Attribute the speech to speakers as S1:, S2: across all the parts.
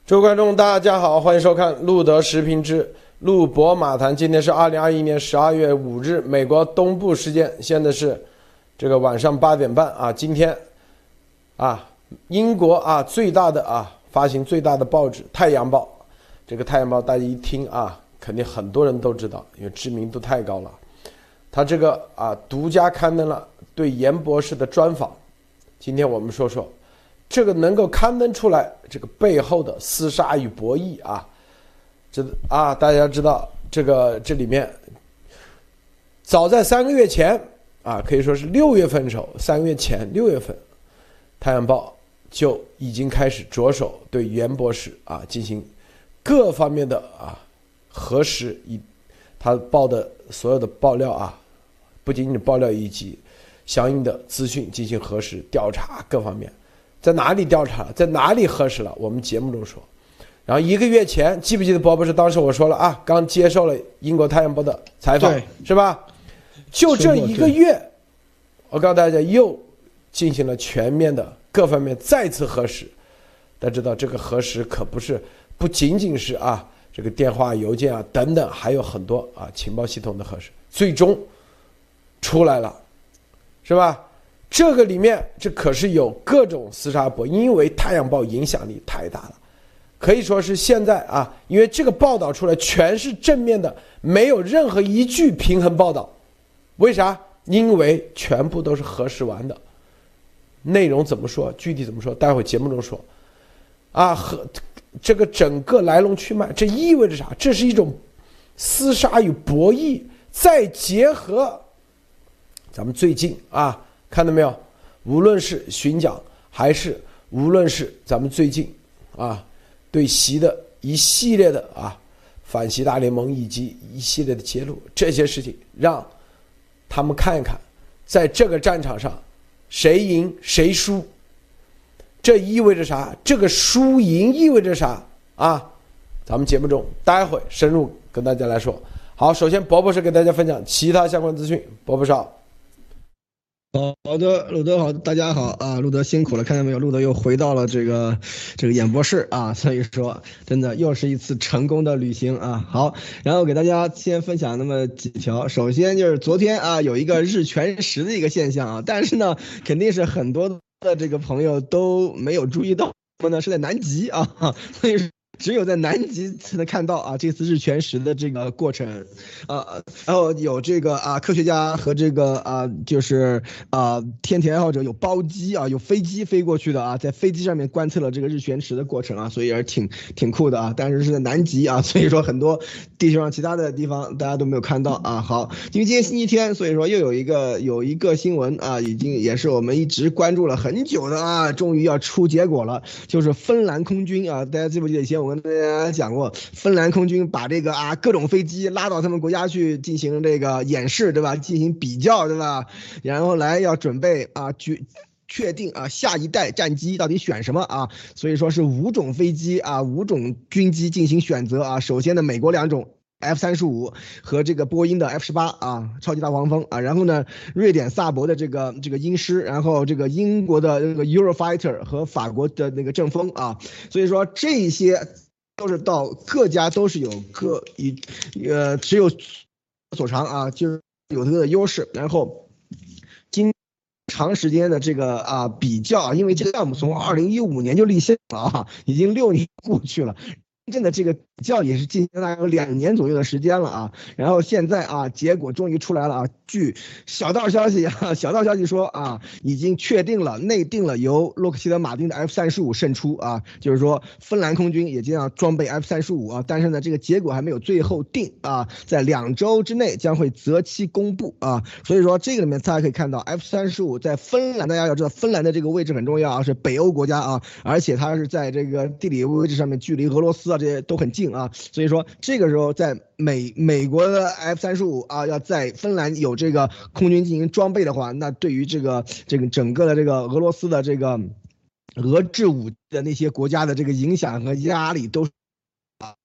S1: 诸位观众，大家好，欢迎收看路德时评之路博马谈。今天是2021年12月5日，美国东部时间，现在是这个晚上8点半啊。今天啊，英国啊最大的发行最大的报纸《太阳报》，这个《太阳报》大家一听啊，肯定很多人都知道，因为知名度太高了。他这个独家刊登了对严博士的专访。今天我们说说这个能够刊登出来，这个背后的厮杀与博弈大家知道这里面，早在3个月前可以说是6月份的时候，3个月前6月份，《太阳报》就已经开始着手对袁博士进行各方面的核实，以他报的所有的爆料不仅仅爆料以及相应的资讯进行核实调查各方面。在哪里调查了，在哪里核实了，我们节目中说。然后1个月前，记不记得博士当时我说了刚接受了英国《太阳报》的采访，是吧？就这1个月，我告诉大家又进行了全面的各方面再次核实。大家知道这个核实可不仅仅是这个电话、邮件等等，还有很多情报系统的核实，最终出来了，是吧？这个里面这可是有各种厮杀博，因为《太阳报》影响力太大了，可以说是现在因为这个报道出来全是正面的，没有任何一句平衡报道。为啥？因为全部都是核实完的，内容怎么说，具体怎么说，待会节目中说。和这个整个来龙去脉，这意味着啥？这是一种厮杀与博弈，再结合咱们最近看到没有？无论是巡讲，还是无论是咱们最近对习的一系列的反习大联盟以及一系列的揭露，这些事情让他们看一看，在这个战场上谁赢谁输，这意味着啥？这个输赢意味着啥咱们节目中待会深入跟大家来说。好，首先博士给大家分享其他相关资讯。博士好。
S2: 好的，路德好，大家好路德辛苦了，看见没有？路德又回到了这个演播室所以说真的又是一次成功的旅行好，然后给大家先分享那么几条。首先就是昨天有一个日全食的一个现象但是呢，肯定是很多的这个朋友都没有注意到，呢是在南极所以只有在南极才能看到这次日全食的这个过程然后有这个科学家和这个就是天体爱好者有包机有飞机飞过去的在飞机上面观测了这个日全食的过程所以也是挺酷的但是是在南极所以说很多地球上其他的地方大家都没有看到好，因为今天星期天，所以说又有一个新闻已经也是我们一直关注了很久的终于要出结果了，就是芬兰空军大家记不记得以前我跟大家讲过，芬兰空军把这个各种飞机拉到他们国家去进行这个演示，对吧？进行比较，对吧？然后来要准备确定下一代战机到底选什么所以说是5种飞机5种军机进行选择首先呢，美国2种F-35和这个波音的 F-18超级大黄蜂然后呢，瑞典萨博的这个鹰狮，然后这个英国的这个 Eurofighter 和法国的那个阵风所以说这些都是到各家都是有只有所长就是有这个优势，然后长时间的这个比较因为这个项目从2015年就立项了已经6年过去了。真正的这个比较也是进行了2年左右的时间了然后现在结果终于出来了据小道消息说已经确定了内定了由洛克希德马丁的 F-35胜出就是说芬兰空军也将要装备 F-35但是呢这个结果还没有最后定在2周之内将会择期公布所以说这个里面大家可以看到 F-35在芬兰，大家要知道芬兰的这个位置很重要是北欧国家而且它是在这个地理位置上面距离俄罗斯这些都很近所以说这个时候在美国的 F-35要在芬兰有这个空军进行装备的话，那对于这个整个的这个俄罗斯的这个俄制武的那些国家的这个影响和压力都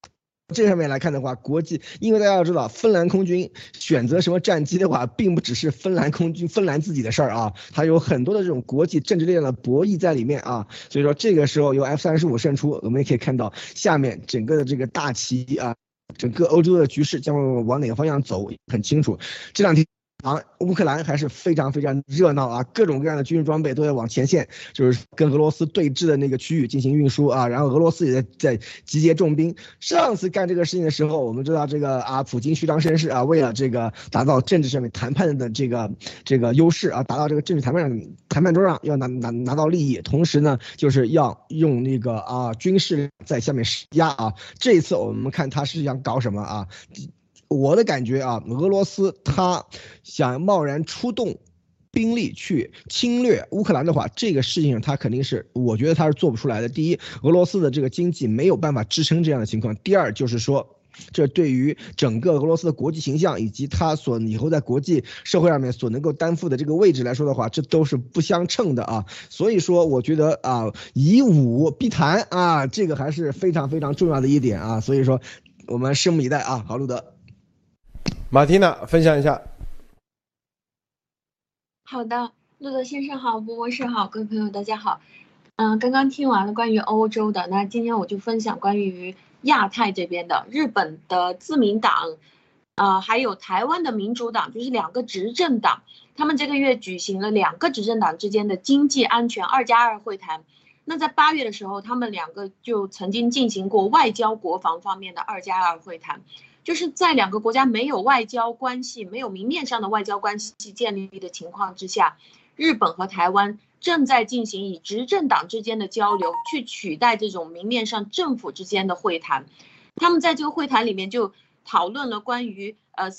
S2: 这上面来看的话，国际，因为大家要知道，芬兰空军选择什么战机的话，并不只是芬兰空军、芬兰自己的事儿啊，它有很多的这种国际政治力量的博弈在里面啊。所以说，这个时候由 F-35胜出，我们也可以看到下面整个的这个大旗啊，整个欧洲的局势将会往哪个方向走很清楚。这两天。乌克兰还是非常非常热闹啊，各种各样的军事装备都在往前线，就是跟俄罗斯对峙的那个区域进行运输啊。然后俄罗斯也在集结重兵。上次干这个事情的时候，我们知道这个普京虚张声势啊，为了这个达到政治上面谈判的这个优势啊，达到这个政治谈判桌上要拿到利益，同时呢，就是要用那个军事在下面施压啊。这一次我们看他是想搞什么啊？我的感觉啊，俄罗斯他想贸然出动兵力去侵略乌克兰的话，这个事情他肯定是，我觉得他是做不出来的。第一，俄罗斯的这个经济没有办法支撑这样的情况；第二，就是说，这对于整个俄罗斯的国际形象以及他所以后在国际社会上面所能够担负的这个位置来说的话，这都是不相称的啊。所以说，我觉得以武必谈啊，这个还是非常非常重要的一点啊。所以说，我们拭目以待啊。好，路德。
S1: 马蒂娜分享一下。
S3: 好的，路德先生好，波波士好，各位朋友大家好。刚刚听完了关于欧洲的，那今天我就分享关于亚太这边的，日本的自民党，还有台湾的民主党，就是两个执政党，他们这个月举行了两个执政党之间的经济安全2+2会谈。那在8月的时候，他们两个就曾经进行过外交国防方面的2+2会谈。就是在两个国家没有外交关系、没有明面上的外交关系建立的情况之下，日本和台湾正在进行以执政党之间的交流，去取代这种明面上政府之间的会谈。他们在这个会谈里面就讨论了关于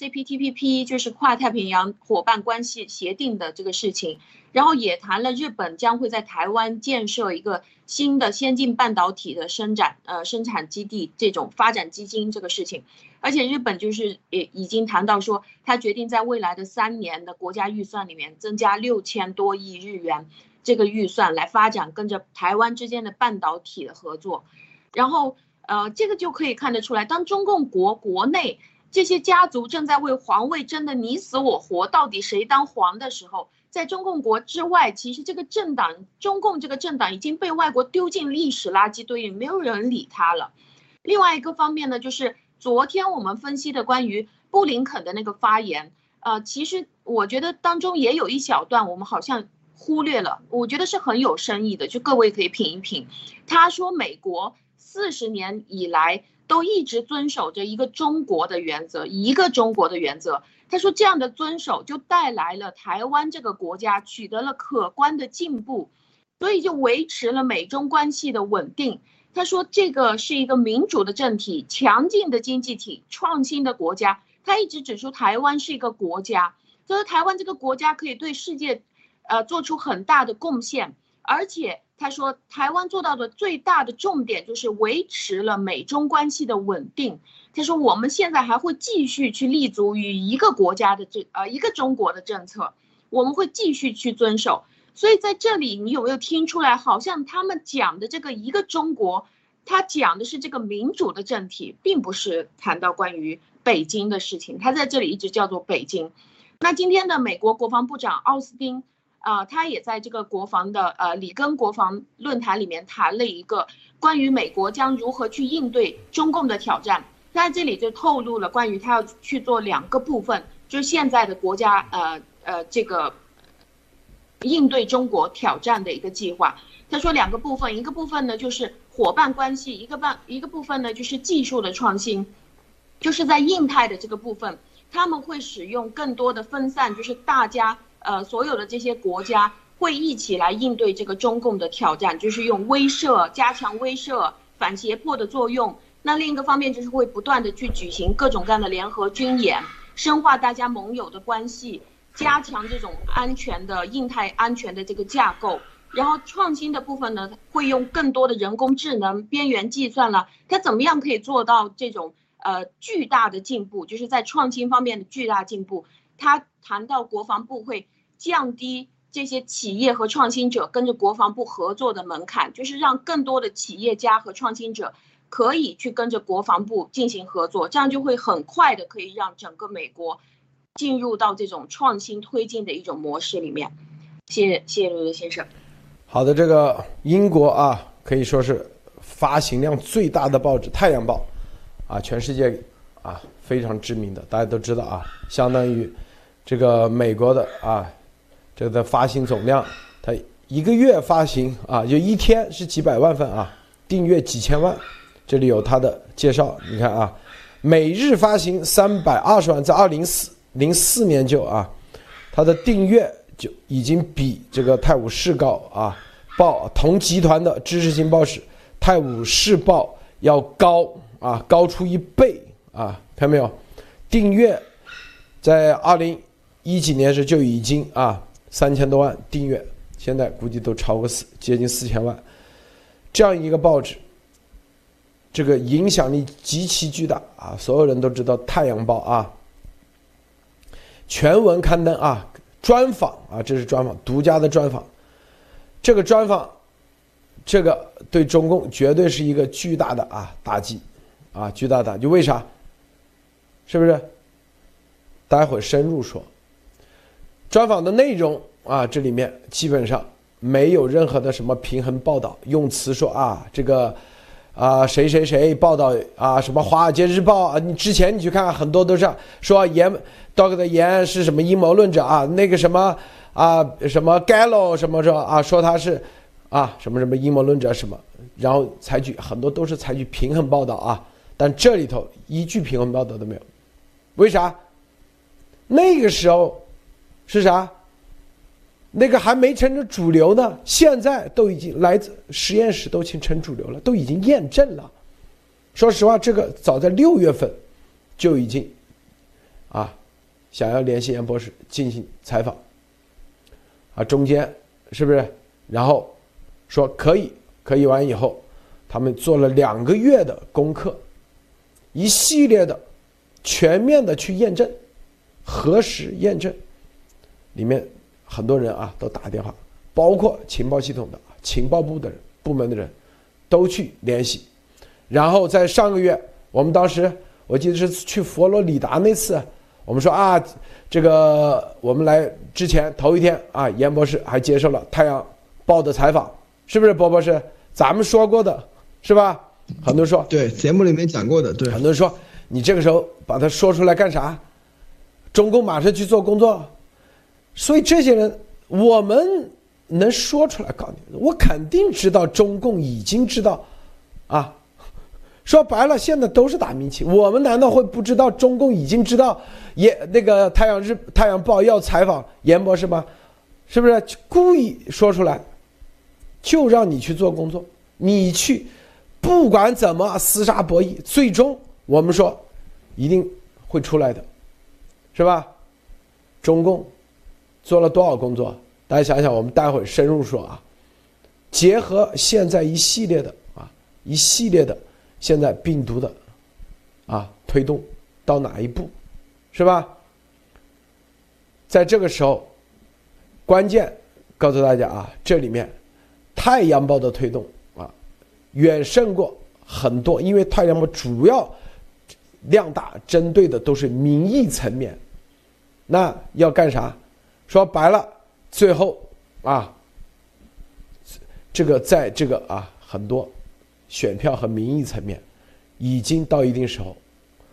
S3: CPTPP， 就是跨太平洋伙伴关系协定的这个事情，然后也谈了日本将会在台湾建设一个新的先进半导体的生产基地，这种发展基金这个事情。而且日本就是也已经谈到说，他决定在未来的3年的国家预算里面增加6000多亿日元这个预算来发展跟着台湾之间的半导体的合作。然后这个就可以看得出来，当中共国内这些家族正在为皇位争得你死我活，到底谁当皇的时候，在中共国之外，其实这个政党，中共这个政党已经被外国丢进历史垃圾堆里，没有人理他了。另外一个方面呢，就是昨天我们分析的关于布林肯的那个发言，其实我觉得当中也有一小段我们好像忽略了，我觉得是很有深意的，就各位可以品一品。他说美国40年以来都一直遵守着一个中国的原则，一个中国的原则。他说这样的遵守就带来了台湾这个国家取得了可观的进步，所以就维持了美中关系的稳定。他说这个是一个民主的政体，强劲的经济体，创新的国家。他一直指出台湾是一个国家，他说台湾这个国家可以对世界做出很大的贡献，而且他说台湾做到的最大的重点就是维持了美中关系的稳定。他说我们现在还会继续去立足于一个国家的一个中国的政策，我们会继续去遵守。所以在这里你有没有听出来，好像他们讲的这个一个中国，他讲的是这个民主的政体，并不是谈到关于北京的事情，他在这里一直叫做北京。那今天的美国国防部长奥斯汀他也在这个国防的里根国防论坛里面谈了一个关于美国将如何去应对中共的挑战。他在这里就透露了关于他要去做2个部分，就是现在的国家这个应对中国挑战的一个计划。他说2个部分，一个部分呢就是伙伴关系，一个部分呢就是技术的创新。就是在印太的这个部分，他们会使用更多的分散，就是大家所有的这些国家会一起来应对这个中共的挑战，就是用威慑，加强威慑、反胁迫的作用。那另一个方面就是会不断的去举行各种各样的联合军演，深化大家盟友的关系，加强这种安全的印太安全的这个架构。然后创新的部分呢，会用更多的人工智能、边缘计算了，它怎么样可以做到这种巨大的进步，就是在创新方面的巨大进步。他谈到国防部会降低这些企业和创新者跟着国防部合作的门槛，就是让更多的企业家和创新者可以去跟着国防部进行合作，这样就会很快的可以让整个美国进入到这种创新推进的一种模式里面。谢谢陆德先生。
S1: 好的，这个英国啊，可以说是发行量最大的报纸《太阳报》啊，全世界啊非常知名的，大家都知道啊，相当于这个美国的啊这个的发行总量，它一个月发行啊，就一天是几百万份啊，订阅几千万。这里有它的介绍，你看啊，每日发行320万，在2004年就啊，它的订阅就已经比这个《泰晤士报》同集团的知识型报纸《泰晤士报》要高啊，高出1倍啊，看到没有？订阅在2010几年时就已经啊3000多万订阅，现在估计都超过接近4000万，这样一个报纸。这个影响力极其巨大啊！所有人都知道《太阳报》啊，全文刊登啊，专访啊，这是专访，独家的专访。这个专访，这个对中共绝对是一个巨大的啊打击啊，巨大的打击。为啥？是不是？待会儿深入说。专访的内容啊，这里面基本上没有任何的什么平衡报道，用词说啊这个。谁谁谁报道啊，什么《华尔街日报》啊，你之前你去看很多都是说Dr. 严是什么阴谋论者啊，那个什么啊什么 Gallo 什么说啊，说他是啊什么什么阴谋论者什么，然后很多都是采取平衡报道啊，但这里头一句平衡报道都没有，为啥？那个时候是啥？那个还没成主流呢，现在都已经来自实验室都已经成主流了，都已经验证了。说实话，这个早在6月份就已经啊想要联系严博士进行采访啊，中间是不是？然后说可以完以后，他们做了2个月的功课，一系列的全面的去验证、核实验证，里面。很多人啊都打电话，包括情报系统的情报部的人、部门的人，都去联系。然后在上个月，我们当时我记得是去佛罗里达那次，我们说啊，这个我们来之前头一天啊，严博士还接受了《太阳报》的采访，是不是？博士，咱们说过的，是吧？很多人说
S2: 对，节目里面讲过的，对。
S1: 很多人说你这个时候把它说出来干啥？中共马上去做工作。所以这些人，我们能说出来告诉你，我肯定知道中共已经知道，啊，说白了，现在都是打民企，我们难道会不知道中共已经知道那个太阳报要采访严博士吗？是不是故意说出来，就让你去做工作，你去，不管怎么厮杀博弈，最终我们说一定会出来的，是吧？中共。做了多少工作？大家想想，我们待会儿深入说啊。结合现在一系列的现在病毒的啊推动到哪一步，是吧？在这个时候，关键告诉大家啊，这里面太阳报的推动啊，远胜过很多，因为太阳报主要量大，针对的都是民意层面。那要干啥？说白了，最后啊，这个在这个啊很多选票和民意层面，已经到一定时候。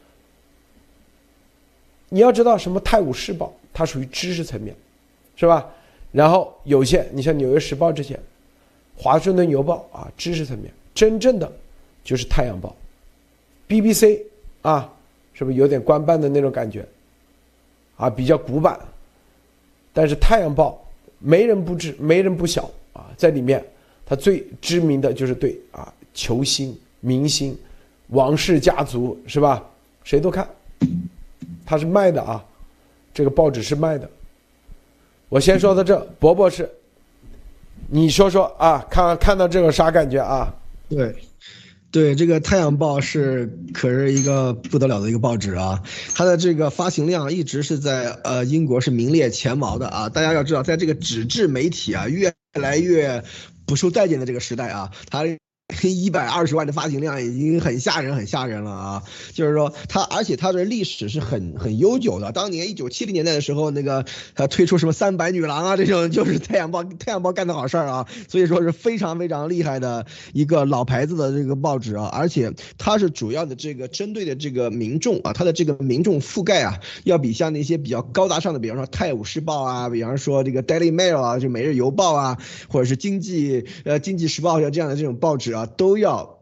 S1: 你要知道，什么《泰晤士报》，它属于知识层面，是吧？然后有些，你像《纽约时报》这些，《华盛顿邮报》啊，知识层面，真正的就是《太阳报》，BBC 啊，是不是有点官办的那种感觉？啊，比较古板。但是《太阳报》没人不知，没人不晓啊，在里面，它最知名的就是对啊球星、明星、王室家族，是吧？谁都看，它是卖的啊，这个报纸是卖的。我先说到这，博士，你说说啊，看到这个啥感觉啊？
S2: 对，这个《太阳报》可是一个不得了的一个报纸啊，它的这个发行量一直是在英国是名列前茅的啊。大家要知道，在这个纸质媒体啊越来越不受待见的这个时代啊，它 120万的发行量已经很吓人，很吓人了啊！就是说而且它的历史是很悠久的。当年1970年代的时候，那个推出什么300女郎啊这种，就是太阳报干的好事儿啊。所以说是非常非常厉害的一个老牌子的这个报纸啊，而且它是主要的这个针对的这个民众啊，它的这个民众覆盖啊，要比像那些比较高大上的，比方说《泰晤士报》啊，比方说这个《Daily Mail》啊，就《每日邮报》啊，或者是经济时报这样的这种报纸啊，都要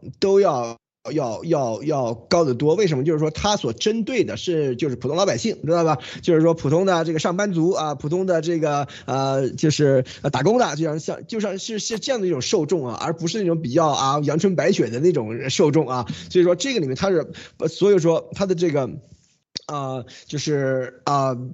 S2: 高得多。为什么？就是说他所针对的就是普通老百姓，知道吧？就是说普通的这个上班族啊，普通的这个就是打工的，就像是这样的一种受众啊，而不是那种比较阳春白雪的那种受众啊。所以说这个里面它是，所以说它的这个就是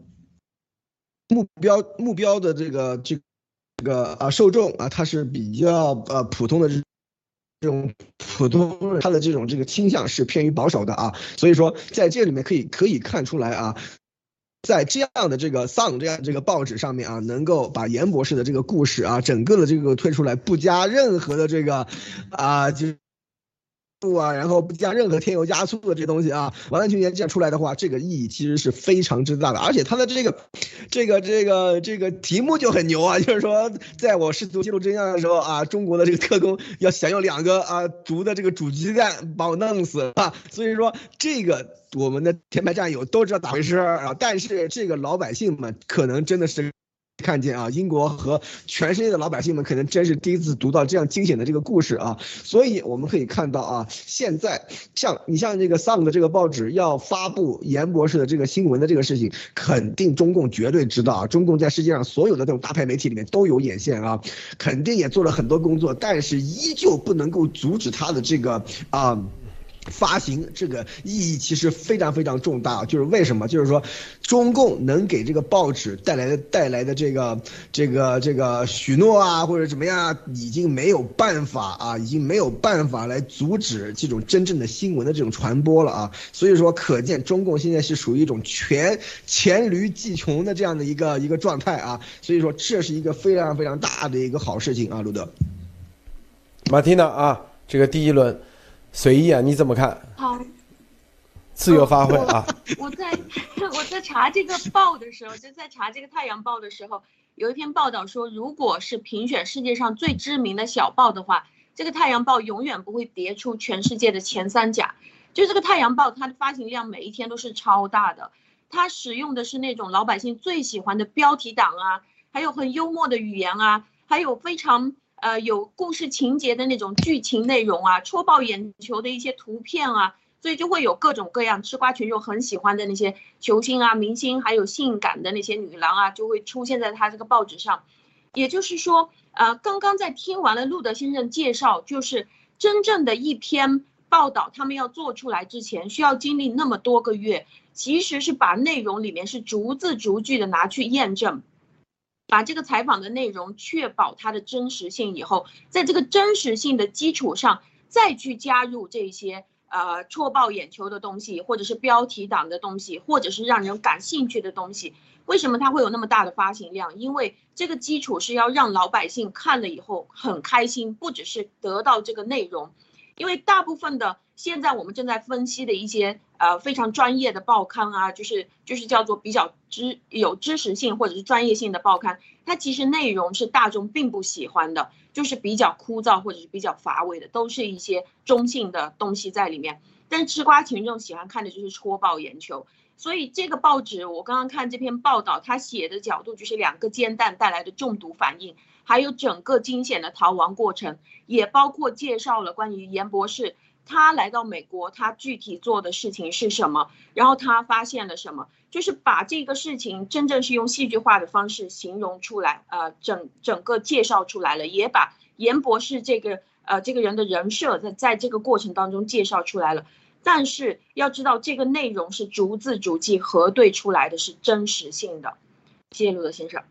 S2: 目标的这个受众啊，它是比较普通的这种普通人，他的这个倾向是偏于保守的啊。所以说在这里面可以看出来啊，在这样的这个 Sun 这样这个报纸上面啊，能够把严博士的这个故事啊，整个的这个推出来，不加任何的这个就是然后不加任何添油加醋的这东西啊，完完全全这样出来的话，这个意义其实是非常之大的。而且它的这个题目就很牛啊，就是说，在我试图揭露真相的时候啊，中国的这个特工要想用2个毒的这个煮鸡蛋把我弄死啊，所以说这个我们的前排战友都知道咋回事啊，但是这个老百姓们可能真的是看见啊，英国和全世界的老百姓们可能真是第一次读到这样惊险的这个故事啊，所以我们可以看到啊，现在像这个 Sun 的这个报纸要发布严博士的这个新闻的这个事情，肯定中共绝对知道啊，中共在世界上所有的这种大牌媒体里面都有眼线啊，肯定也做了很多工作，但是依旧不能够阻止他的这个发行，这个意义其实非常非常重大。就是为什么？就是说，中共能给这个报纸带来的这个许诺啊，或者怎么样，已经没有办法来阻止这种真正的新闻的这种传播了啊。所以说，可见中共现在是属于一种黔驴技穷的这样的一个状态啊。所以说，这是一个非常非常大的一个好事情啊，路德。
S1: 马蒂娜啊，这个第一轮。随意啊，你怎么看？
S3: 好，
S1: 自由发挥啊！
S3: 我在查这个报的时候，就在查这个《太阳报》的时候，有一篇报道说，如果是评选世界上最知名的小报的话，这个《太阳报》永远不会跌出全世界的前3甲。就这个《太阳报》，它的发行量每一天都是超大的，它使用的是那种老百姓最喜欢的标题党啊，还有很幽默的语言啊，还有非常有故事情节的那种剧情内容啊，戳爆眼球的一些图片啊，所以就会有各种各样吃瓜群众很喜欢的那些球星啊、明星，还有性感的那些女郎啊，就会出现在他这个报纸上。也就是说，刚刚在听完了路德先生介绍，就是真正的一篇报道，他们要做出来之前，需要经历那么多个月，其实是把内容里面是逐字逐句的拿去验证。把这个采访的内容确保它的真实性以后，在这个真实性的基础上，再去加入这些戳爆眼球的东西，或者是标题党的东西，或者是让人感兴趣的东西。为什么它会有那么大的发行量？因为这个基础是要让老百姓看了以后很开心，不只是得到这个内容。因为大部分的现在我们正在分析的一些非常专业的报刊啊，就是叫做比较有知识性或者是专业性的报刊，它其实内容是大众并不喜欢的，就是比较枯燥或者是比较乏味的，都是一些中性的东西在里面。但是吃瓜群众喜欢看的就是戳爆眼球，所以这个报纸我刚刚看这篇报道，它写的角度就是2个煎蛋带来的中毒反应，还有整个惊险的逃亡过程，也包括介绍了关于严博士他来到美国他具体做的事情是什么，然后他发现了什么，就是把这个事情真正是用戏剧化的方式形容出来，整个介绍出来了，也把严博士这个人的人设在这个过程当中介绍出来了。但是要知道，这个内容是逐字逐句核对出来的，是真实性的。谢谢路德先生。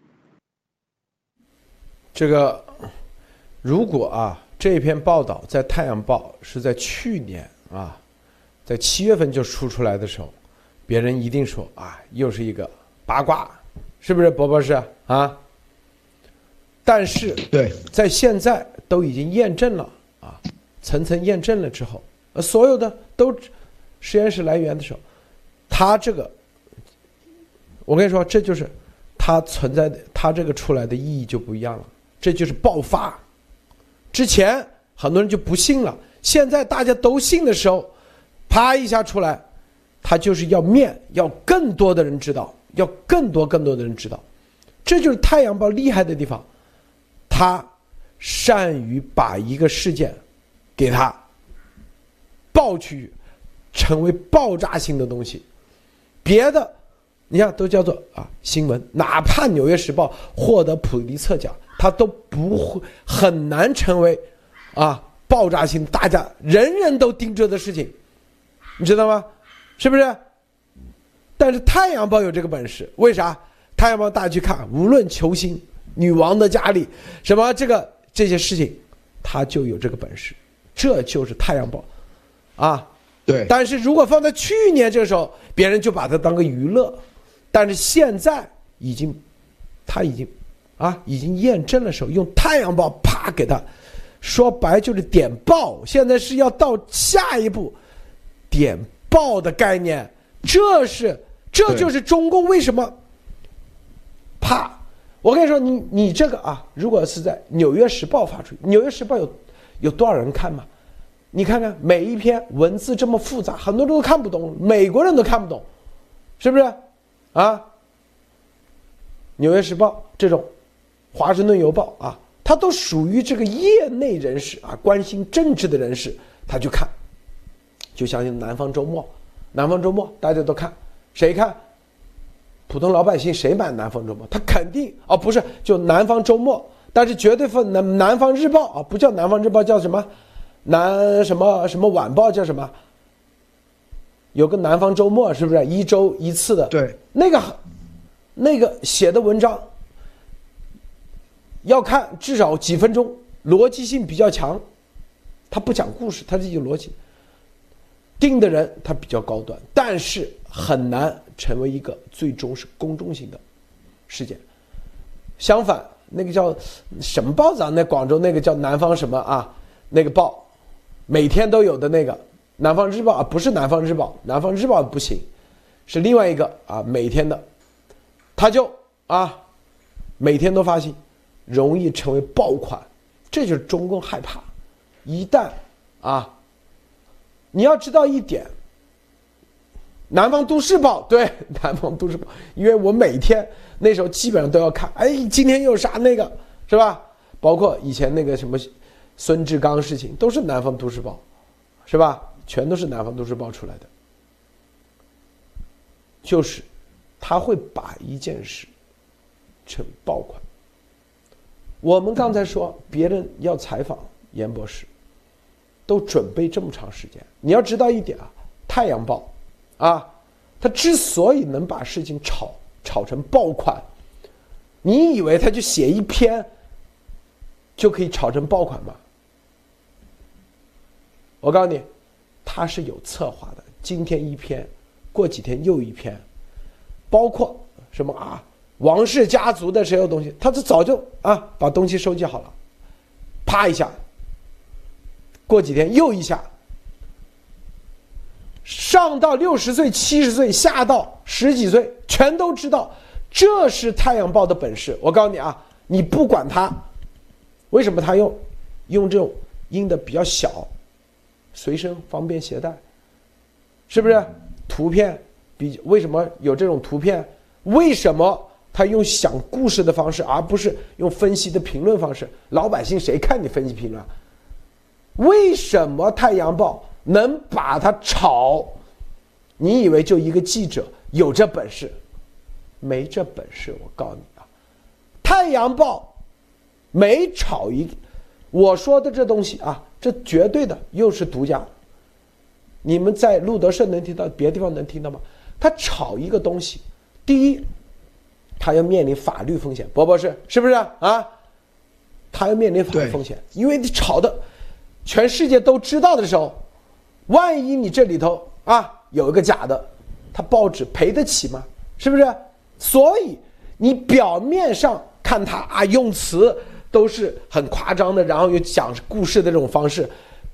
S1: 这个如果这篇报道在《太阳报》是在去年在7月份就出来的时候，别人一定说又是一个八卦，是不是博博士啊？但是
S2: 对，
S1: 在现在都已经验证了层层验证了之后，所有的都实验室来源的时候，它这个，我跟你说，这就是它存在的，它这个出来的意义就不一样了。这就是爆发。之前很多人就不信了，现在大家都信的时候，啪一下出来，它就是要更多的人知道，要更多的人知道。这就是太阳报厉害的地方，它善于把一个事件给它爆去，成为爆炸性的东西。别的你看都叫做新闻，哪怕《纽约时报》获得普利策奖，它都不会很难成为爆炸性，大家人人都盯着的事情，你知道吗？是不是？但是《太阳报》有这个本事，为啥？《太阳报》大家去看，无论球星、女王的家里，什么这些事情，它就有这个本事，这就是《太阳报》
S2: 对。
S1: 但是如果放在去年这个时候，别人就把它当个娱乐，但是现在已经验证了时候，用《太阳报》啪给它，说白就是点爆，现在是要到下一步点爆的概念，这就是中共为什么怕。我跟你说，你这个如果是在《纽约时报》发出去，《纽约时报》有多少人看嘛？你看看每一篇文字这么复杂，很多人都看不懂，美国人都看不懂，是不是《纽约时报》这种，《华盛顿邮报》它都属于这个业内人士关心政治的人士，他去看，就相信《南方周末》，《南方周末》大家都看，谁看？普通老百姓谁买《南方周末》？他肯定不是就《南方周末》，但是绝对分南方日报》不叫《南方日报》，叫什么？什么晚报叫什么？有个《南方周末》，是不是一周一次的？
S2: 对，
S1: 那个写的文章要看至少几分钟，逻辑性比较强，他不讲故事，他是有逻辑。定的人他比较高端，但是很难成为一个最终是公众性的事件。相反，那个叫什么报纸那广州那个叫南方什么那个报。每天都有的那个南方日报不是南方日报，南方日报不行，是另外一个每天的，他就每天都发行，容易成为爆款，这就是中共害怕。一旦你要知道一点，南方都市报，对，南方都市报，因为我每天那时候基本上都要看，今天又啥那个是吧？包括以前那个什么孙志刚事情都是南方都市报，是吧？全都是南方都市报出来的。就是他会把一件事成爆款。我们刚才说别人要采访严博士都准备这么长时间，你要知道一点太阳报他之所以能把事情炒成爆款，你以为他就写一篇就可以炒成爆款吗？我告诉你，他是有策划的，今天一篇，过几天又一篇，包括什么王氏家族的所有东西，他就早就把东西收集好了，啪一下，过几天又一下，上到60岁、70岁，下到10几岁，全都知道，这是太阳报的本事。我告诉你你不管他为什么他用这种印的比较小，随身方便携带，是不是？图片为什么有这种图片？为什么他用讲故事的方式，而不是用分析的评论方式？老百姓谁看你分析评论？为什么太阳报能把它炒？你以为就一个记者有这本事？没这本事，我告诉你太阳报每炒一个，我说的这东西这绝对的又是独家。你们在路德社能听到，别的地方能听到吗？他炒一个东西，第一，他要面临法律风险，博博是不是他要面临法律风险，因为你炒的全世界都知道的时候，万一你这里头有一个假的，他报纸赔得起吗？是不是？所以你表面上看他用词都是很夸张的，然后又讲故事的这种方式，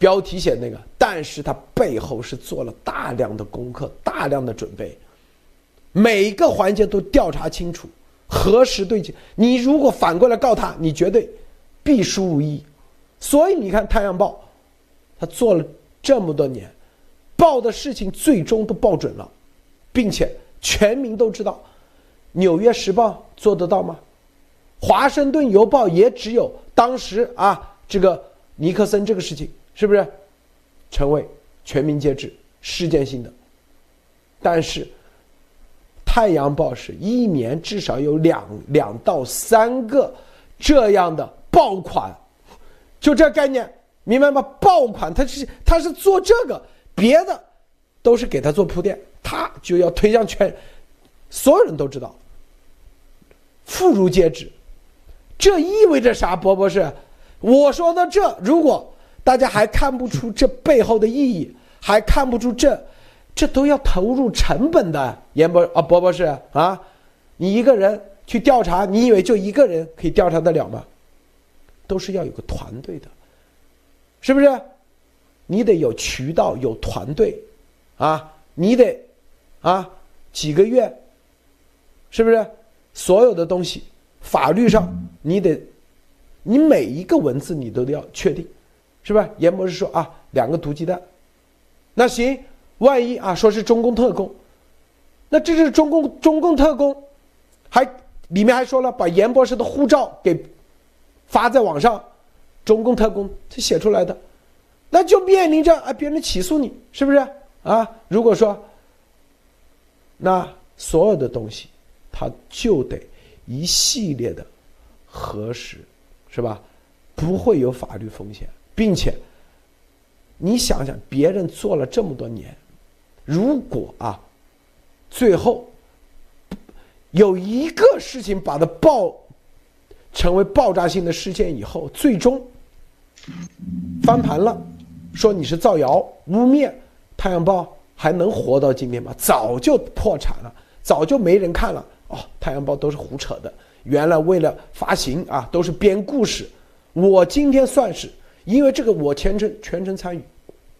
S1: 标题写那个，但是他背后是做了大量的功课，大量的准备，每一个环节都调查清楚，核实对接。你如果反过来告他，你绝对必输无疑。所以你看《太阳报》，他做了这么多年，报的事情最终都报准了，并且全民都知道。《纽约时报》做得到吗？《华盛顿邮报》也只有当时这个尼克森这个事情，是不是成为全民皆知事件性的？但是《太阳报》是一年至少有两到3个这样的爆款，就这概念，明白吗？爆款他是做这个，别的都是给他做铺垫，他就要推向所有人都知道，妇孺皆知。这意味着啥？博士，我说到这，如果大家还看不出这背后的意义，还看不出这都要投入成本的。博士啊，你一个人去调查，你以为就一个人可以调查得了吗？都是要有个团队的，是不是？你得有渠道，有团队你得几个月，是不是？所有的东西法律上你每一个文字你都要确定，是吧？严博士说2个毒鸡蛋，那行，万一说是中共特工，那这是中共特工，里面还说了把严博士的护照给发在网上，中共特工他写出来的，那就面临着别人起诉你，是不是如果说那所有的东西他就得一系列的核实，是吧？不会有法律风险，并且你想想，别人做了这么多年，如果最后有一个事情把它成为爆炸性的事件以后，最终翻盘了，说你是造谣污蔑，《太阳报》还能活到今天吗？早就破产了，早就没人看了。《太阳报》都是胡扯的，原来为了发行都是编故事。我今天算是因为这个，我全程参与，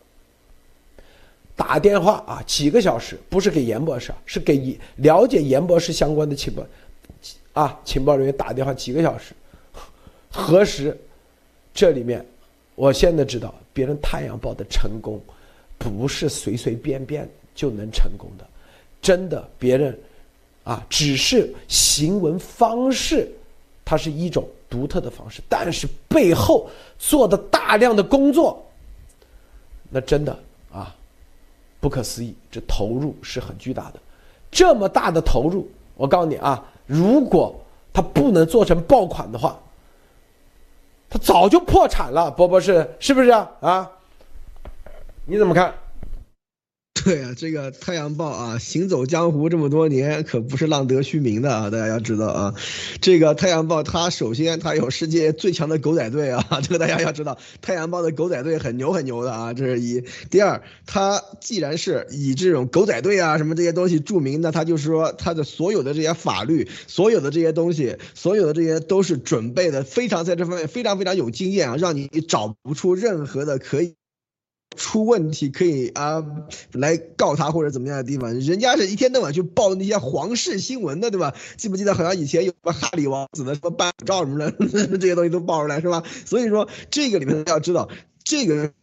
S1: 打电话几个小时，不是给严博士，是给了解严博士相关的情报人员打电话几个小时，核实。这里面我现在知道，别人《太阳报》的成功不是随随便便就能成功的，真的，别人只是行文方式，它是一种独特的方式，但是背后做的大量的工作，那真的不可思议，这投入是很巨大的。这么大的投入，我告诉你如果它不能做成爆款的话，它早就破产了。博士，是不是你怎么看？
S2: 对这个《太阳报》行走江湖这么多年，可不是浪得虚名的大家要知道这个《太阳报》它首先它有世界最强的狗仔队这个大家要知道，《太阳报》的狗仔队很牛的这是一。第二，它既然是以这种狗仔队什么这些东西著名的，它就是说它的所有的这些法律，所有的这些东西，所有的这些都是准备的非常，在这方面非常非常有经验让你找不出任何的可以出问题可以来告他或者怎么样的地方，人家是一天到晚去报那些皇室新闻的，对吧？记不记得好像以前有哈里王子的什么颁照什么的这些东西都报出来，是吧？所以说这个里面要知道这个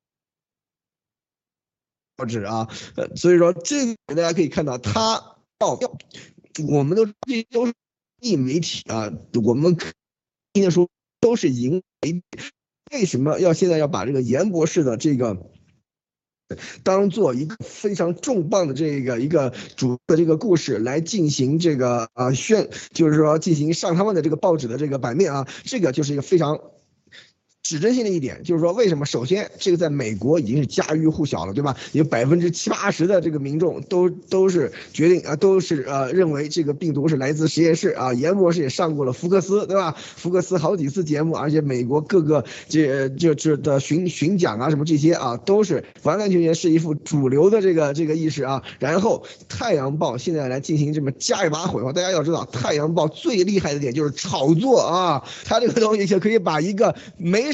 S2: 所以说这个大家可以看到他我们都是硬媒体我们今天说都是赢媒体。为什么现在要把这个严博士的这个当做一个非常重磅的一个主的这个故事来进行这个就是说进行上他们的这个报纸的这个版面这个就是一个非常指针性的一点，就是说为什么？首先，这个在美国已经是家喻户晓了，对吧？有70%、80%的这个民众都是决定都是认为这个病毒是来自实验室严博士也上过了福克斯，对吧？福克斯好几次节目，而且美国各个这的巡讲什么这些都是完完全全是一副主流的这个意识然后《太阳报》现在来进行这么加一把火，大家要知道，《太阳报》最厉害的点就是炒作它这个东西就可以把一个没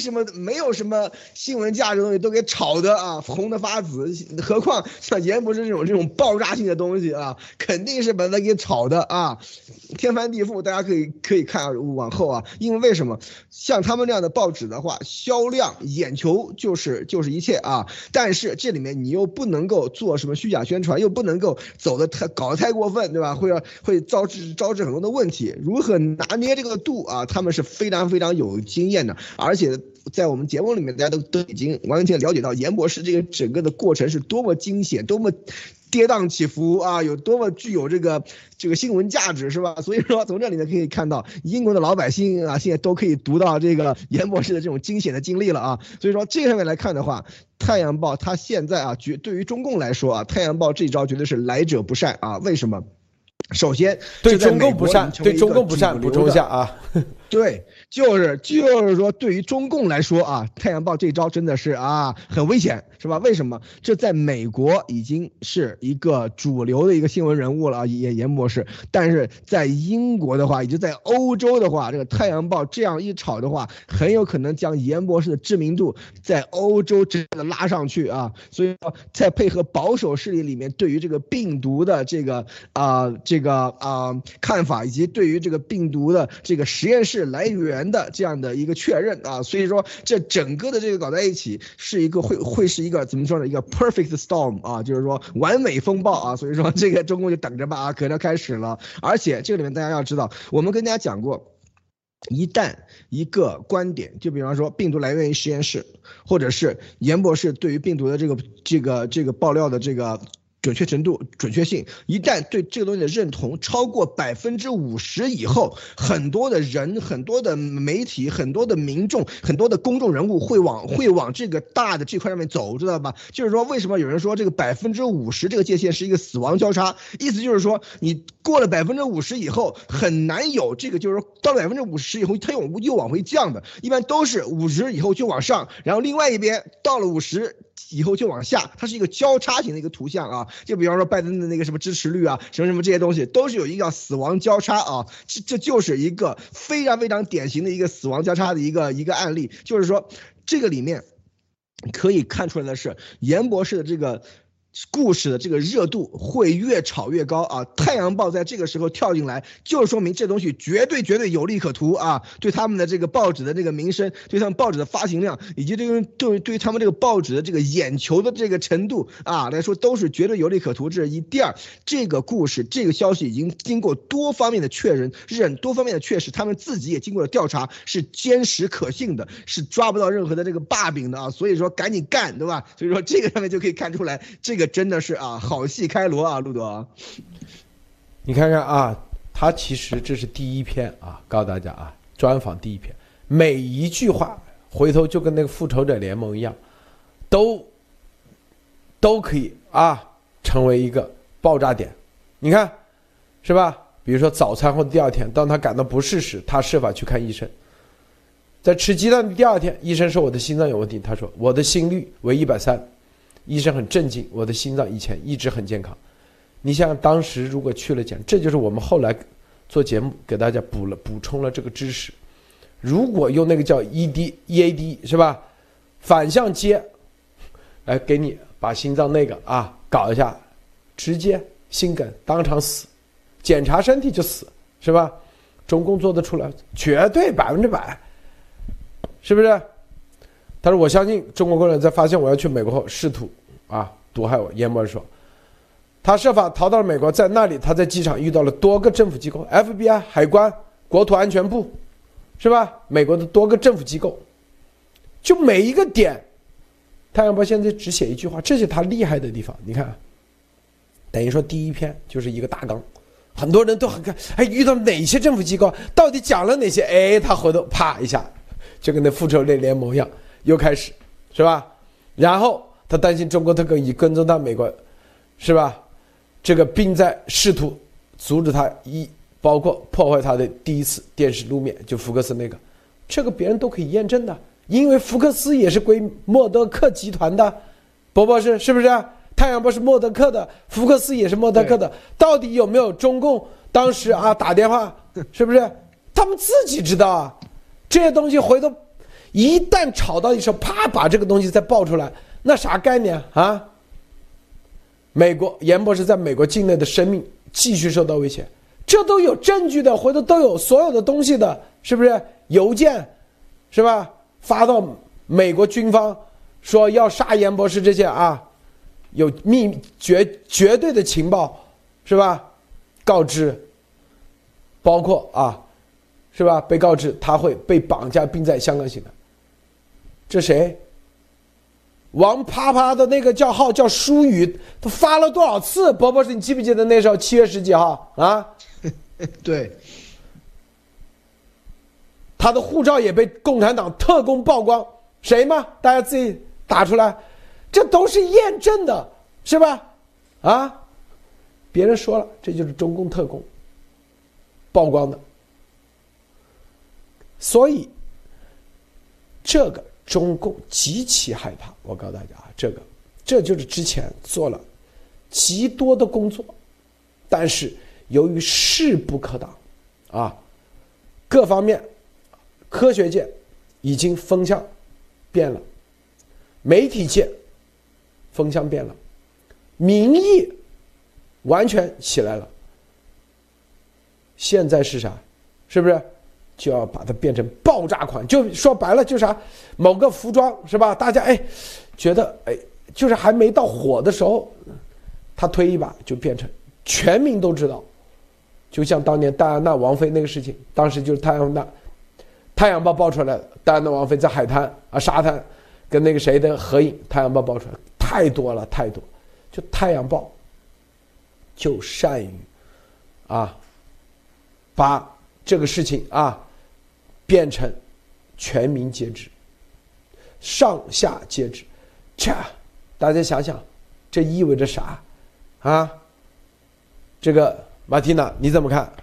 S2: 什么没有什么新闻价值的东西都给炒的啊红的发紫，何况像严博士这种爆炸性的东西啊，肯定是把它给炒的啊天翻地覆。大家可以看往后啊，因为什么？像他们这样的报纸的话，销量眼球就是一切啊，但是这里面你又不能够做什么虚假宣传，又不能够搞得太过分，对吧？会招致很多的问题，如何拿捏这个度啊？他们是非常非常有经验的，而且在我们节目里面，大家都已经完全了解到严博士这个整个的过程是多么惊险，多么跌宕起伏啊，有多么具有这个新闻价值，是吧？所以说从这里面可以看到，英国的老百姓啊，现在都可以读到这个严博士的这种惊险的经历了啊。所以说这上面来看的话，太阳报它现在啊，对于中共来说啊，太阳报这一招绝对是来者不善啊。为什么？首先
S1: 对中共不善，对中共不善，补充一下啊。
S2: 对，就是说，对于中共来说啊，太阳报这招真的是啊很危险，是吧？为什么？这在美国已经是一个主流的一个新闻人物了啊，严博士。但是在英国的话，以及在欧洲的话，这个太阳报这样一炒的话，很有可能将严博士的知名度在欧洲真的拉上去啊。所以说，再配合保守势力里面对于这个病毒的看法，以及对于这个病毒的这个实验室来源的这样的一个确认啊，所以说这整个的这个搞在一起是一个会是一个怎么说呢？一个 perfect storm 啊，就是说完美风暴啊。所以说这个中共就等着吧啊，可能要开始了。而且这个里面大家要知道，我们跟大家讲过。一旦一个观点，就比方说病毒来源于实验室，或者是严博士对于病毒的这个爆料的这个准确程度、准确性，一旦对这个东西的认同超过50%以后，很多的人、很多的媒体、很多的民众、很多的公众人物会往这个大的这块上面走，知道吧？就是说，为什么有人说这个50%这个界限是一个死亡交叉？意思就是说，你过了50%以后，很难有这个，就是说到了50%以后，它又往回降的，一般都是50以后就往上，然后另外一边到了50以后就往下，它是一个交叉型的一个图像啊。就比方说拜登的那个什么支持率啊，什么这些东西，都是有一个死亡交叉啊。这就是一个非常非常典型的一个死亡交叉的一个案例。就是说，这个里面可以看出来的是，严博士的这个故事的这个热度会越炒越高啊！太阳报在这个时候跳进来，就说明这东西绝对有利可图啊！对他们的这个报纸的这个名声，对他们报纸的发行量，以及对于他们这个报纸的这个眼球的这个程度啊来说，都是绝对有利可图。这是一。第二，这个故事这个消息已经经过多方面的确认，多方面的确实，他们自己也经过了调查，是坚实可信的，是抓不到任何的这个把柄的啊！所以说赶紧干，对吧？所以说这个上面就可以看出来，这个真的是啊，好戏开锣啊，路德啊！
S1: 你看看啊，他其实这是第一篇啊，告诉大家啊，专访第一篇，每一句话回头就跟那个复仇者联盟一样，都可以啊成为一个爆炸点。你看是吧？比如说早餐后的第二天，当他感到不适时，他设法去看医生。在吃鸡蛋的第二天，医生说我的心脏有问题，他说我的心率为130。医生很震惊，我的心脏以前一直很健康。你想当时如果去了检，这就是我们后来做节目给大家补充了这个知识。如果用那个叫 EAD 是吧，反向接来给你把心脏那个啊搞一下，直接心梗当场死，检查身体就死，是吧？中共做得出来，绝对100%，是不是？他说：“我相信中国共产党在发现我要去美国后，试图啊毒害我。”严博士说，他设法逃到了美国，在那里他在机场遇到了多个政府机构 ，FBI、海关、国土安全部，是吧？美国的多个政府机构，就每一个点，太阳报现在只写一句话，这是他厉害的地方。你看，等于说第一篇就是一个大纲，很多人都很看，哎，遇到哪些政府机构，到底讲了哪些？哎，他回头啪一下，就跟那复仇者联盟一样。又开始，是吧？然后他担心中国特工已跟踪到美国，是吧？这个并在试图阻止他包括破坏他的第一次电视露面，就福克斯那个，这个别人都可以验证的，因为福克斯也是归默多克集团的，博博士是不是？太阳报是默多克的，福克斯也是默多克的，到底有没有中共当时啊打电话，是不是？他们自己知道啊，这些东西回头。 一旦炒到一时候，啪把这个东西再爆出来，那啥概念啊？美国严博士在美国境内的生命继续受到威胁，这都有证据的，回头都有所有的东西的，是不是？邮件是吧？发到美国军方说要杀严博士这些啊，有绝对的情报是吧？告知，包括啊，是吧？被告知他会被绑架并在香港刑判。这谁？王啪啪的那个号叫舒宇，他发了多少次？博博士，你记不记得那时候7月10几号啊？
S2: 对，
S1: 他的护照也被共产党特工曝光，谁吗？大家自己打出来，这都是验证的，是吧？啊，别人说了，这就是中共特工曝光的，所以这个中共极其害怕。我告诉大家啊，这就是之前做了极多的工作，但是由于势不可挡啊，各方面科学界已经风向变了，媒体界风向变了，民意完全起来了。现在是啥？是不是就要把它变成爆炸款？就说白了，就啥某个服装是吧？大家觉得就是还没到火的时候，他推一把就变成全民都知道。就像当年戴安娜王妃那个事情，当时就是太阳报爆出来了，戴安娜王妃在海滩啊沙滩跟那个谁的合影，太阳报爆出来太多了，太多。就太阳报就善于啊把这个事情啊变成全民皆知，上下皆知。这大家想想，这意味着啥啊？这个马蒂娜你怎么看？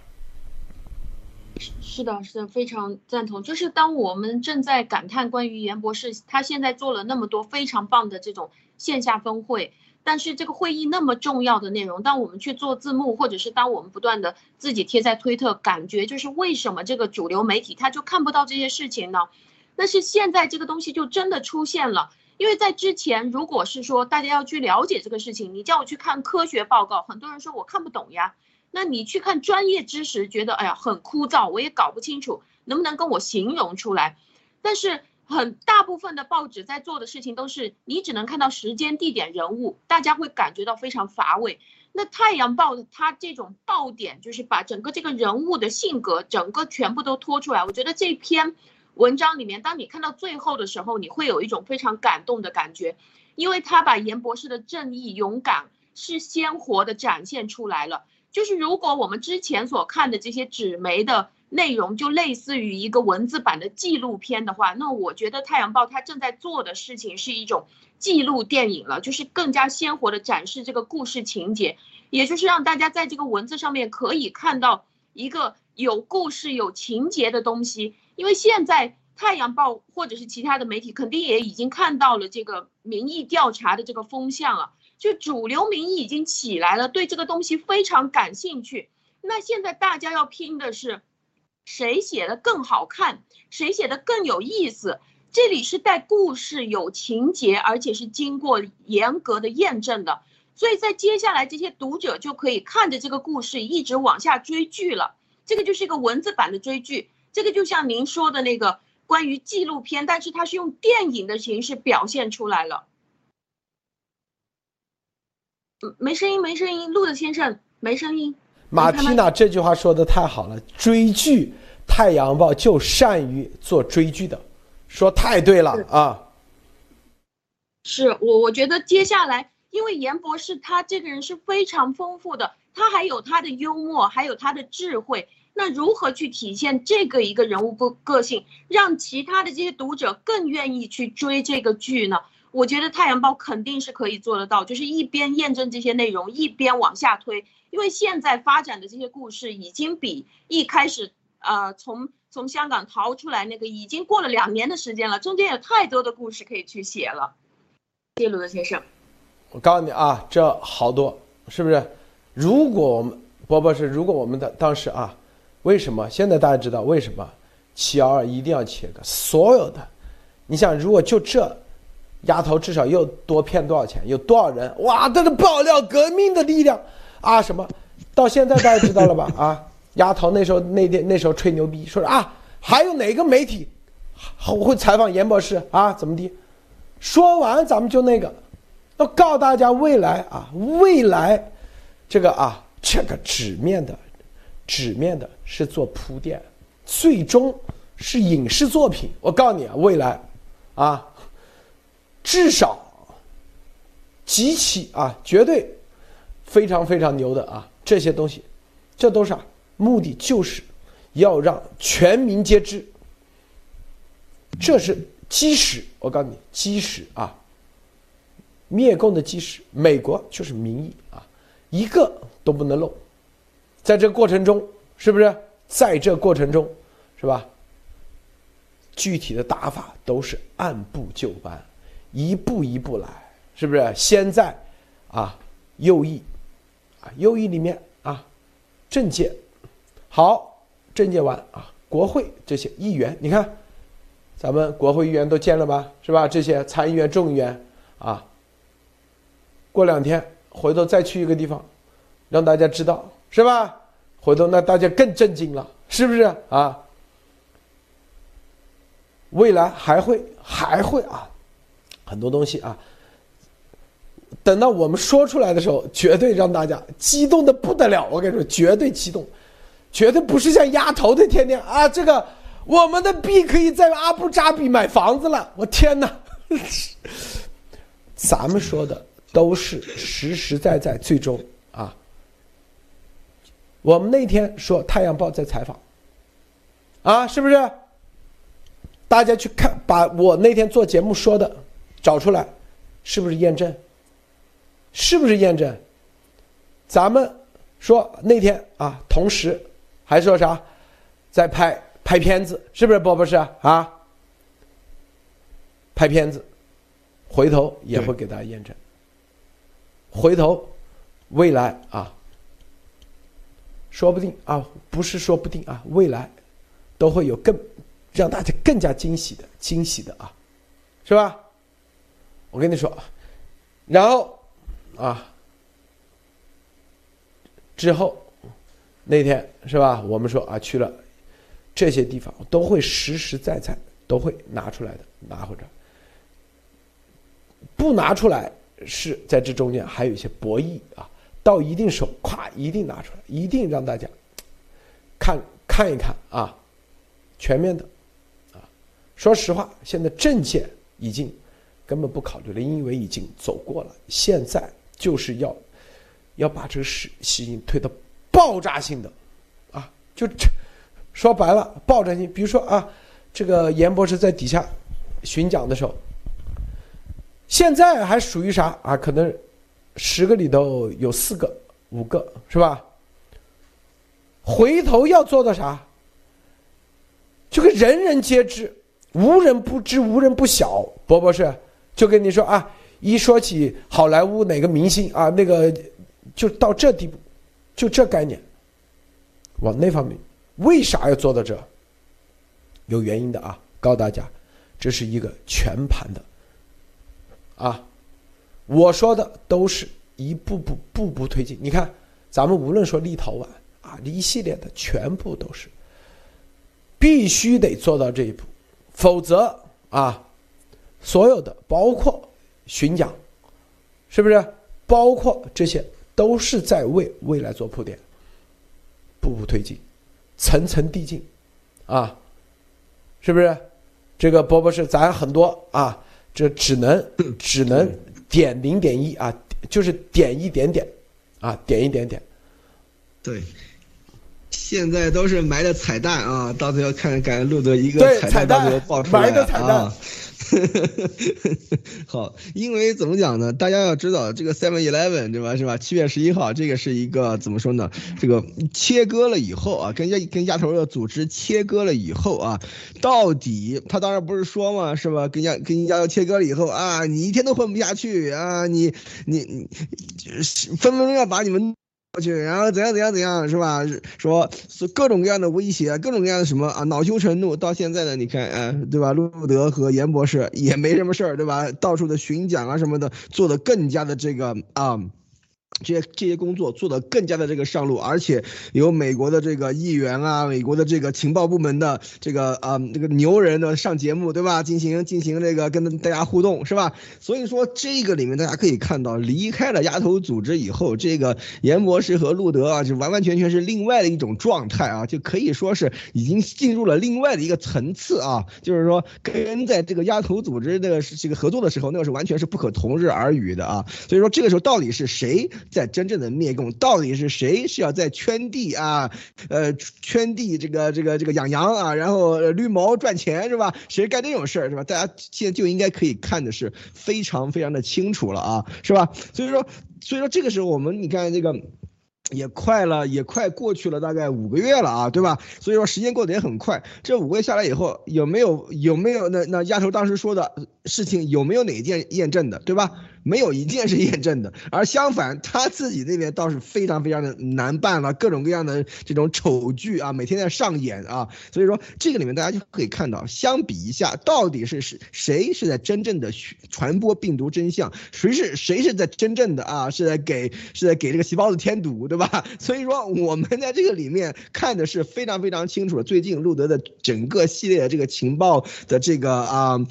S3: 是的，非常赞同。就是当我们正在感叹关于严博士，他现在做了那么多非常棒的这种线下峰会，但是这个会议那么重要的内容，当我们去做字幕，或者是当我们不断的自己贴在推特，感觉就是为什么这个主流媒体他就看不到这些事情呢？但是现在这个东西就真的出现了。因为在之前，如果是说大家要去了解这个事情，你叫我去看科学报告，很多人说我看不懂呀。那你去看专业知识，觉得哎呀很枯燥，我也搞不清楚，能不能跟我形容出来？但是很大部分的报纸在做的事情都是你只能看到时间、地点、人物，大家会感觉到非常乏味。那太阳报它这种爆点，就是把整个这个人物的性格整个全部都拖出来。我觉得这篇文章里面，当你看到最后的时候，你会有一种非常感动的感觉，因为他把严博士的正义、勇敢是鲜活的展现出来了。就是如果我们之前所看的这些纸媒的内容就类似于一个文字版的纪录片的话，那我觉得太阳报它正在做的事情是一种纪录电影了，就是更加鲜活的展示这个故事情节，也就是让大家在这个文字上面可以看到一个有故事有情节的东西。因为现在太阳报或者是其他的媒体肯定也已经看到了这个民意调查的这个风向啊，就主流民意已经起来了，对这个东西非常感兴趣。那现在大家要拼的是谁写的更好看，谁写的更有意思，这里是带故事有情节，而且是经过严格的验证的。所以在接下来这些读者就可以看着这个故事一直往下追剧了，这个就是一个文字版的追剧。这个就像您说的那个关于纪录片，但是它是用电影的形式表现出来了。没声音，路德先生没声音。
S1: 马蒂娜这句话说的太好了，追剧，太阳报就善于做追剧的，说太对了啊。
S3: 是我觉得接下来，因为严博士他这个人是非常丰富的，他还有他的幽默，还有他的智慧。那如何去体现这个一个人物个性，让其他的这些读者更愿意去追这个剧呢？我觉得太阳报肯定是可以做得到，就是一边验证这些内容，一边往下推。因为现在发展的这些故事已经比一开始从香港逃出来那个已经过了2年的时间了，中间有太多的故事可以去写了。谢谢鲁德先生。
S1: 我告诉你啊，这好多是不是？如果我们博士，如果我们的当时啊，为什么现在大家知道为什么712一定要切割？所有的你想，如果就这丫头至少又多骗多少钱，有多少人哇，这是爆料革命的力量啊！什么？到现在大家知道了吧？啊，丫头那时候吹牛逼说啊，还有哪个媒体会采访严博士啊？怎么的？说完咱们就那个，要告诉大家未来这个纸面的是做铺垫，最终是影视作品。我告诉你啊，未来啊，至少极其绝对非常非常牛的啊，这些东西，这都是目的就是要让全民皆知，这是基石。我告诉你，基石啊，灭共的基石，美国就是民意啊，一个都不能漏。在这个过程中，是不是？在这过程中，是吧？具体的打法都是按部就班，一步一步来，是不是？先在右翼里面政界，好，政界完国会这些议员，你看咱们国会议员都见了吧，是吧？这些参议员、众议员过2天回头再去一个地方，让大家知道，是吧？回头那大家更震惊了，是不是啊？未来还会很多东西等到我们说出来的时候，绝对让大家激动的不得了。我跟你说，绝对激动，绝对不是像丫头的天天这个我们的币可以在阿布扎比买房子了，我天哪！咱们说的都是实实在在，最终我们那天说《太阳报》在采访是不是？大家去看，把我那天做节目说的找出来，是不是验证？是不是验证？咱们说那天同时还说啥，在拍片子，是不是波博士拍片子，回头也会给大家验证。回头未来说不定不是说不定未来都会有让大家更加惊喜的是吧？我跟你说，然后之后那天是吧？我们说去了这些地方，都会实实在在都会拿出来的，拿回来。不拿出来是在这中间还有一些博弈到一定时候一定拿出来，一定让大家看一看全面的说实话，现在政界已经根本不考虑了，因为已经走过了。现在就是要把这个事情推到爆炸性的就说白了爆炸性。比如说这个严博士在底下巡讲的时候，现在还属于啥可能10个里头有4个5个，是吧？回头要做到啥？这个人人皆知，无人不知，无人不晓。博士就跟你说一说起好莱坞哪个明星那个就到这地步，就这概念往那方面。为啥要做到这？有原因的告诉大家，这是一个全盘的我说的都是一步步推进。你看咱们无论说立陶宛一系列的全部都是必须得做到这一步，否则所有的包括巡讲，是不是？包括这些都是在为未来做铺垫，步步推进，层层递进是不是？这个博士咱很多这只能点0.1就是点一点点点一点点。
S2: 对，现在都是埋的彩蛋到最后看录的一个彩蛋到最后爆出来
S1: 埋的彩蛋
S2: 好，因为怎么讲呢？大家要知道这个 7-Eleven 对吧？是吧？7月11号，这个是一个怎么说呢？这个切割了以后跟丫头的组织切割了以后到底他当然不是说嘛，是吧？跟丫头切割了以后你一天都混不下去你分分钟要把你们去，然后怎样是吧？说是各种各样的威胁，各种各样的什么啊，恼羞成怒。到现在呢，你看，对吧？路德和严博士也没什么事儿，对吧？到处的巡讲啊什么的，做的更加的这个啊。这些工作做得更加的这个上路，而且有美国的这个议员啊，美国的这个情报部门的这个这个牛人的上节目，对吧？进行这个跟大家互动，是吧？所以说这个里面大家可以看到，离开了丫头组织以后，这个严博士和路德啊，就完完全全是另外的一种状态啊，就可以说是已经进入了另外的一个层次啊，就是说跟在这个丫头组织的这个合作的时候，那个是完全是不可同日而语的啊。所以说这个时候到底是谁在真正的灭共，到底是谁是要在圈地啊，圈地这个养羊啊，然后绿毛赚钱是吧？谁干这种事儿是吧？大家现在就应该可以看的是非常非常的清楚了啊，是吧？所以说这个时候我们你看这个。也快过去了大概5个月了啊，对吧？所以说时间过得也很快。这5个月下来以后，有没有那丫头当时说的事情有没有哪一件验证的，对吧？没有一件是验证的，而相反他自己那边倒是非常非常的难办了，各种各样的这种丑剧啊，每天在上演啊。所以说这个里面大家就可以看到，相比一下，到底是谁是在真正的传播病毒真相，谁是在真正的啊是在给这个细胞子添堵，对吧？所以说我们在这个里面看的是非常非常清楚的。最近路德的整个系列的这个情报的这个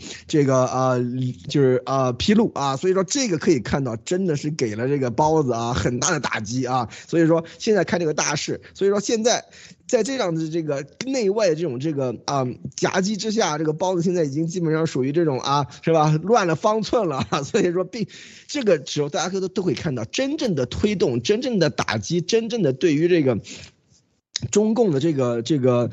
S2: 就是披露啊，所以说这个可以看到真的是给了这个包子啊很大的打击啊。所以说现在看这个大势，所以说现在在这样的这个内外的这种夹击之下，这个包子现在已经基本上属于这种是吧乱了方寸了啊。所以说这个时候大家都会看到真正的推动，真正的打击，真正的对于这个中共的这个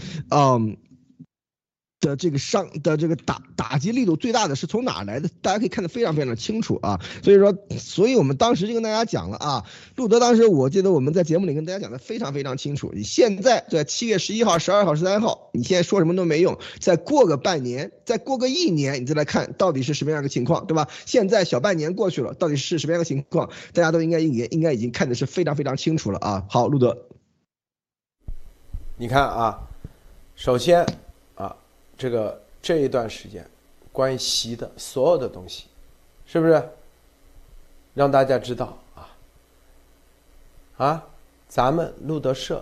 S2: 打击力度最大的是从哪来的？大家可以看得非常非常的清楚啊。所以我们当时就跟大家讲了啊，路德当时我记得我们在节目里跟大家讲的非常非常清楚。你现在在7月11号、12号、13号，你现在说什么都没用，再过个半年，再过个1年，你再来看到底是什么样的情况，对吧？现在小半年过去了，到底是什么样的情况，大家都应该已经看的是非常非常清楚了啊。好，路德，
S1: 你看啊，首先这一段时间关于习的所有的东西，是不是让大家知道咱们路德社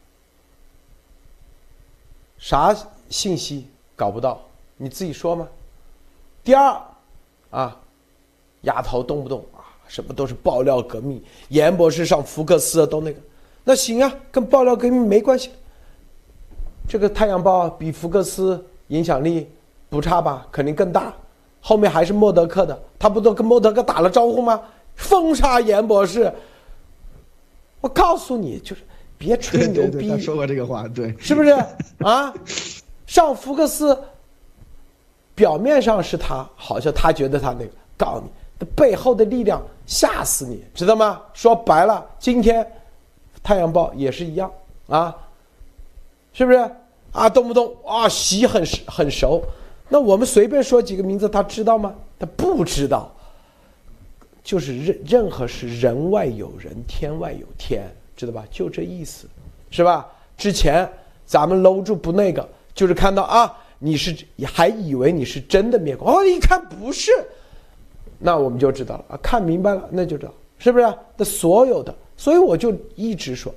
S1: 啥信息搞不到，你自己说吗？第二丫头动不动什么都是爆料革命，严博士上福克斯都那个，那行啊，跟爆料革命没关系。这个太阳报比福克斯影响力不差吧，肯定更大，后面还是默德克的，他不都跟默德克打了招呼吗？封杀严博士，我告诉你，就是别吹牛逼。
S2: 对，他说过这个话，对，
S1: 是不是上福克斯表面上是他，好像他觉得他那个，告诉你背后的力量吓死你，知道吗？说白了，今天太阳报也是一样是不是动不动习很熟，那我们随便说几个名字，他知道吗？他不知道。就是任何事人外有人，天外有天，知道吧？就这意思，是吧？之前咱们搂住不那个，就是看到你还以为你是真的灭国，一看不是，那我们就知道了看明白了那就知道，是不是？那所有的，所以我就一直说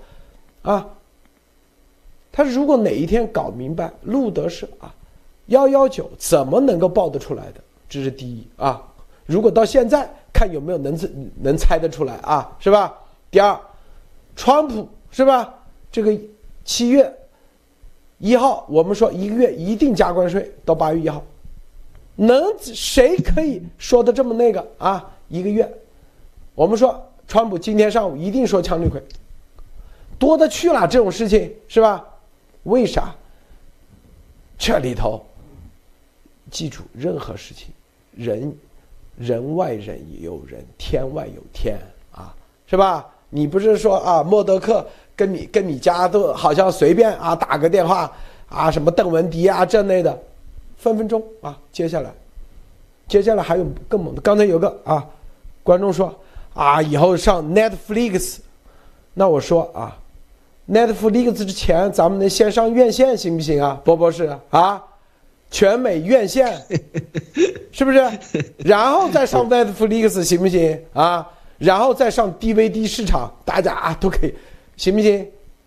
S1: 他如果哪一天搞明白路德是119怎么能够报得出来的，这是第一如果到现在看有没有能猜得出来是吧？第二，川普是吧？这个7月1号我们说1个月一定加关税到8月1号，谁可以说的这么那个1个月？我们说川普今天上午一定说强力葵，多的去了这种事情，是吧？为啥？这里头记住，任何事情人外人有人，天外有天是吧？你不是说默德克跟你家都好像随便打个电话什么邓文迪这类的，分分钟接下来还有更猛的。刚才有个观众说以后上 Netflix 那我说啊，Netflix 之前咱们能先上院线行不行啊？波波是啊，全美院线是不是？然后再上 Netflix 行不行啊？然后再上 DVD 市场，大家啊都可以，行不行？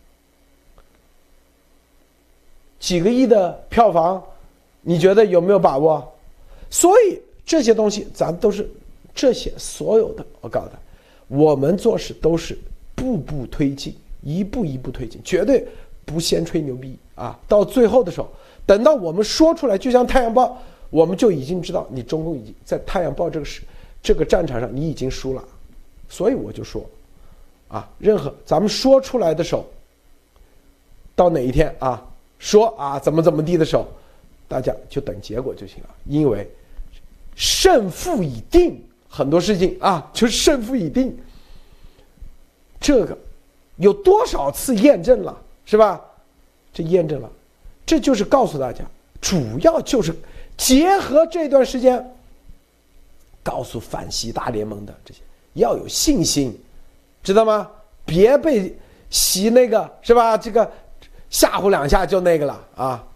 S1: 几个亿的票房，你觉得有没有把握？所以这些东西咱都是这些所有的，我告诉他，我们做事都是步步推进，一步一步推进，绝对不先吹牛逼啊！到最后的时候，等到我们说出来，就像《太阳报》，我们就已经知道你中共已经在《太阳报》这个战场上你已经输了，所以我就说，啊，任何咱们说出来的时候，到哪一天啊，说啊怎么地的时候，大家就等结果就行了，因为胜负已定，很多事情啊就胜负已定，这个有多少次验证了，是吧？这验证了，这就是告诉大家，主要就是结合这段时间，告诉反习大联盟的这些要有信心，知道吗？别被习那个是吧？这个吓唬两下就那个了啊，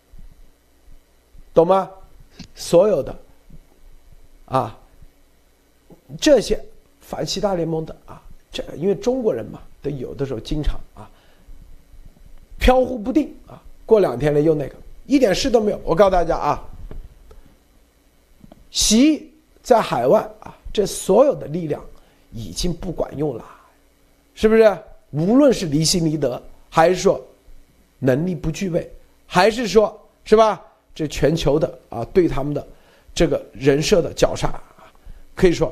S1: 懂吗？所有的啊，这些反习大联盟的啊，这因为中国人嘛，都有的时候经常啊飘忽不定啊，过2天了又那个，一点事都没有。我告诉大家啊，习在海外啊，这所有的力量已经不管用了，是不是？无论是离心离德，还是说能力不具备，还是说是吧？这全球的啊，对他们的这个人设的绞杀，可以说，《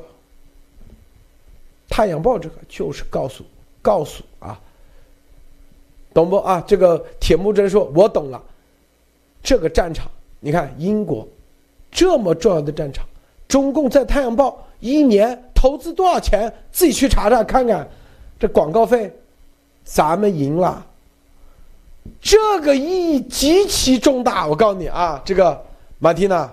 S1: 太阳报》这个就是告诉啊，懂不啊？这个铁木真说：“我懂了。”这个战场，你看英国这么重要的战场，中共在《太阳报》1年投资多少钱？自己去查查看看，这广告费，咱们赢了。这个意义极其重大，我告诉你啊，这个马蒂娜。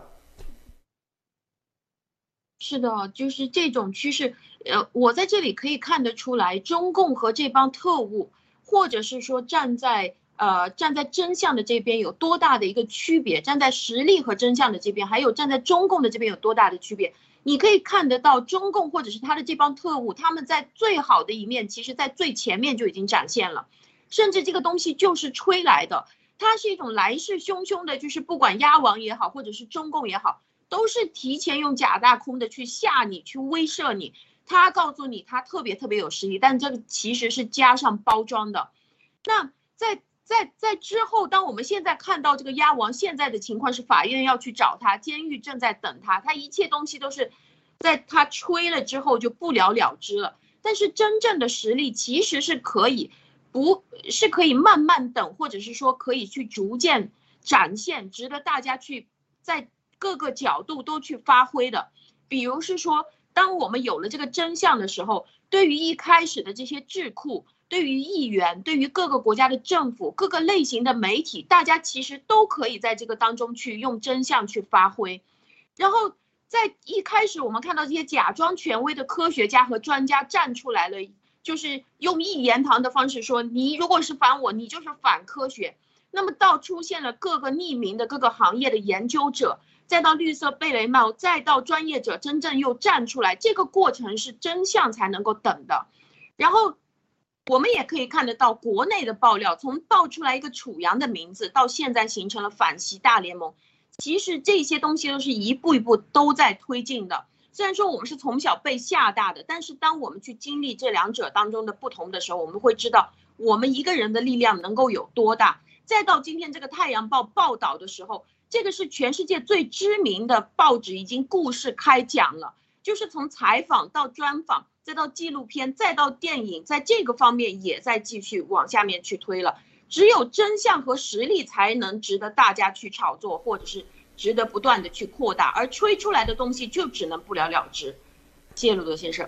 S3: 是的，就是这种趋势。我在这里可以看得出来，中共和这帮特务，或者是说站在真相的这边有多大的一个区别，站在实力和真相的这边，还有站在中共的这边有多大的区别。你可以看得到，中共或者是他的这帮特务，他们在最好的一面，其实在最前面就已经展现了。甚至这个东西就是吹来的，它是一种来势汹汹的，就是不管鸭王也好，或者是中共也好，都是提前用假大空的去吓你，去威慑你。他告诉你他特别有实力，但这个其实是加上包装的。那在之后，当我们现在看到这个鸭王现在的情况是，法院要去找他，监狱正在等他，他一切东西都是在他吹了之后就不了了之了。但是真正的实力其实是可以。不是可以慢慢等，或者是说可以去逐渐展现，值得大家去在各个角度都去发挥的。比如是说，当我们有了这个真相的时候，对于一开始的这些智库，对于议员，对于各个国家的政府，各个类型的媒体，大家其实都可以在这个当中去用真相去发挥。然后在一开始我们看到这些假装权威的科学家和专家站出来了，就是用一言堂的方式说，你如果是反我，你就是反科学。那么到出现了各个匿名的各个行业的研究者，再到绿色贝雷帽，再到专业者真正又站出来，这个过程是真相才能够等的。然后我们也可以看得到国内的爆料，从爆出来一个楚阳的名字，到现在形成了反习大联盟，其实这些东西都是一步一步都在推进的。虽然说我们是从小被吓大的，但是当我们去经历这两者当中的不同的时候，我们会知道我们一个人的力量能够有多大。再到今天这个《太阳报》报道的时候，这个是全世界最知名的报纸已经故事开讲了，就是从采访到专访，再到纪录片，再到电影，在这个方面也在继续往下面去推了。只有真相和实力才能值得大家去炒作，或者是值得不断的去扩大，而吹出来的东西就只能不了了之。谢谢鲁德先生。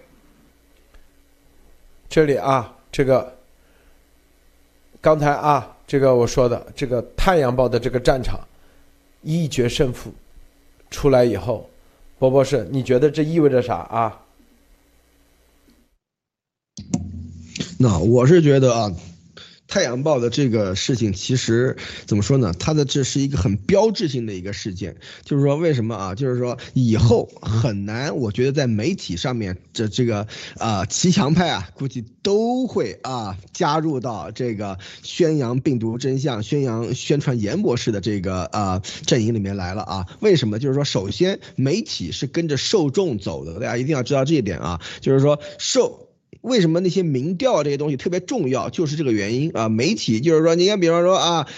S1: 这里啊，这个刚才啊，这个我说的这个《太阳报》的这个战场一决胜负出来以后，波波士，你觉得这意味着啥啊？
S2: 那我是觉得啊，太阳报的这个事情其实怎么说呢？它的这是一个很标志性的一个事件，就是说为什么啊？就是说以后很难，我觉得在媒体上面这个骑墙派啊，估计都会加入到这个宣扬病毒真相、宣传严博士的这个阵营里面来了啊。为什么？就是说，首先媒体是跟着受众走的，大家一定要知道这一点啊，就是说为什么那些民调这些东西特别重要？就是这个原因啊。媒体就是说，你看，比方说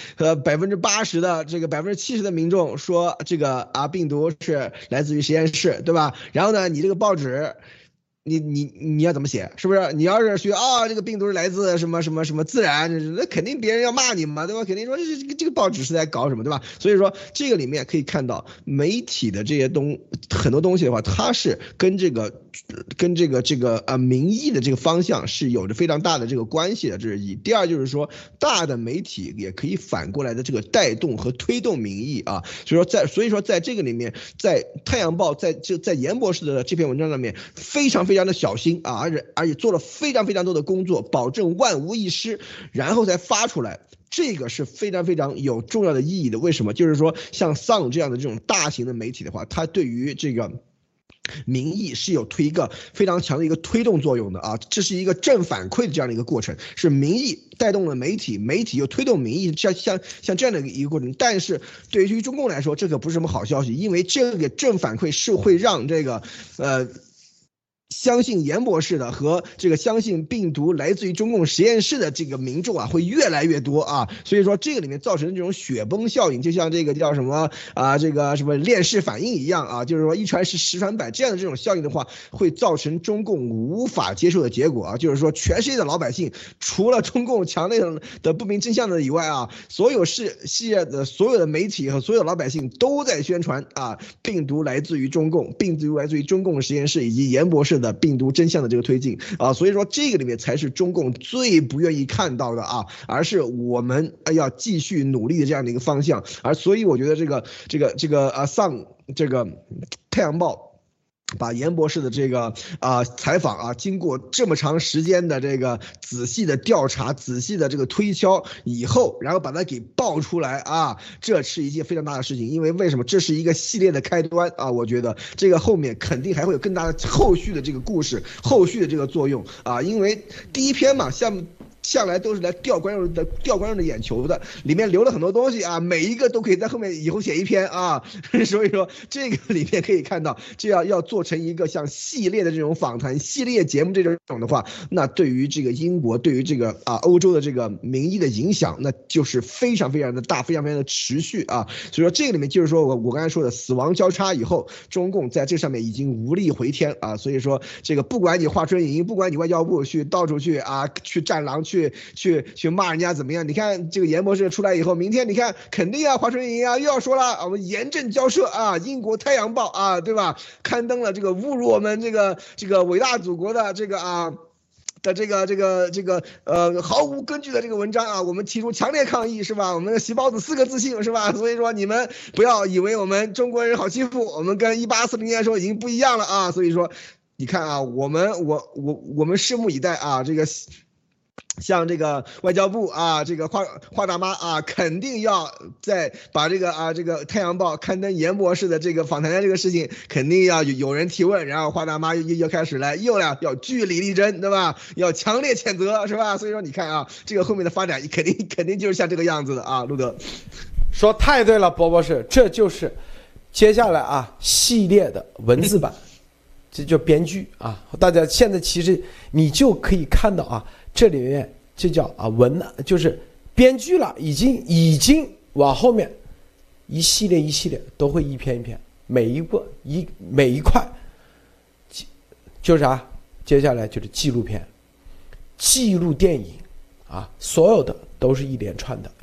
S2: 80%的这个70%的民众说这个病毒是来自于实验室，对吧？然后呢，你这个报纸。你要怎么写？是不是？你要是学这个病毒是来自什么自然，那肯定别人要骂你嘛，对吧？肯定说这个报纸是在搞什么，对吧？所以说这个里面可以看到媒体的这些很多东西的话，它是跟这个民意的这个方向是有着非常大的这个关系的，这是一。第二就是说，大的媒体也可以反过来的这个带动和推动民意啊。所以说在这个里面，在太阳报在严博士的这篇文章上面非常的小心啊，而且做了非常多的工作，保证万无一失，然后才发出来。这个是非常有重要的意义的。为什么？就是说像 Sun 这样的这种大型的媒体的话，它对于这个民意是有一个非常强的一个推动作用的啊，这是一个正反馈的这样的一个过程，是民意带动了媒体，媒体又推动民意，像这样的一个过程。但是对于中共来说，这可不是什么好消息，因为这个正反馈是会让这个相信严博士的和这个相信病毒来自于中共实验室的这个民众会越来越多啊，所以说这个里面造成的这种雪崩效应，就像这个叫什么这个什么链式反应一样啊，就是说一传十十传百这样的这种效应的话，会造成中共无法接受的结果啊，就是说全世界的老百姓除了中共强烈的不明真相的以外所有世界的所有的媒体和所有的老百姓都在宣传病毒来自于中共，病毒来自于中共实验室以及严博士的病毒真相的这个推进所以说这个里面才是中共最不愿意看到的而是我们要继续努力的这样的一个方向。而所以我觉得这个Sun 这个太阳报把严博士的这个采访经过这么长时间的这个仔细的调查、仔细的这个推敲以后，然后把它给爆出来这是一件非常大的事情。因为为什么？这是一个系列的开端我觉得这个后面肯定还会有更大的后续的这个故事、后续的这个作用因为第一篇嘛，向来都是来吊观众的眼球的，里面留了很多东西每一个都可以在后面以后写一篇所以说这个里面可以看到，这要做成一个像系列的这种访谈、系列节目这种的话，那对于这个英国、对于这个欧洲的这个民意的影响，那就是非常的大、非常的持续所以说这个里面就是说我刚才说的死亡交叉以后，中共在这上面已经无力回天所以说这个不管你华春莹，不管你外交部去到处去战狼去骂人家怎么样？你看这个严博士出来以后，明天你看肯定华春莹又要说了我们严正交涉英国太阳报对吧？刊登了这个侮辱我们这个伟大祖国的这个毫无根据的这个文章我们提出强烈抗议是吧？我们习包子4个自信是吧？所以说你们不要以为我们中国人好欺负，我们跟1840年的时候已经不一样了所以说你看我们拭目以待这个。像这个外交部这个华大妈肯定要再把这个太阳报刊登严博士的这个访谈的这个事情，肯定要有人提问，然后华大妈又开始要据理力争，对吧？要强烈谴责，是吧？所以说你看这个后面的发展肯定就是像这个样子的陆德
S1: 说太对了，博士，这就是接下来系列的文字版，这就编剧大家现在其实你就可以看到这里面这叫就是编剧了，已经往后面一系列都会一篇一篇，每一块就是接下来就是纪录片、纪录电影所有的都是一连串的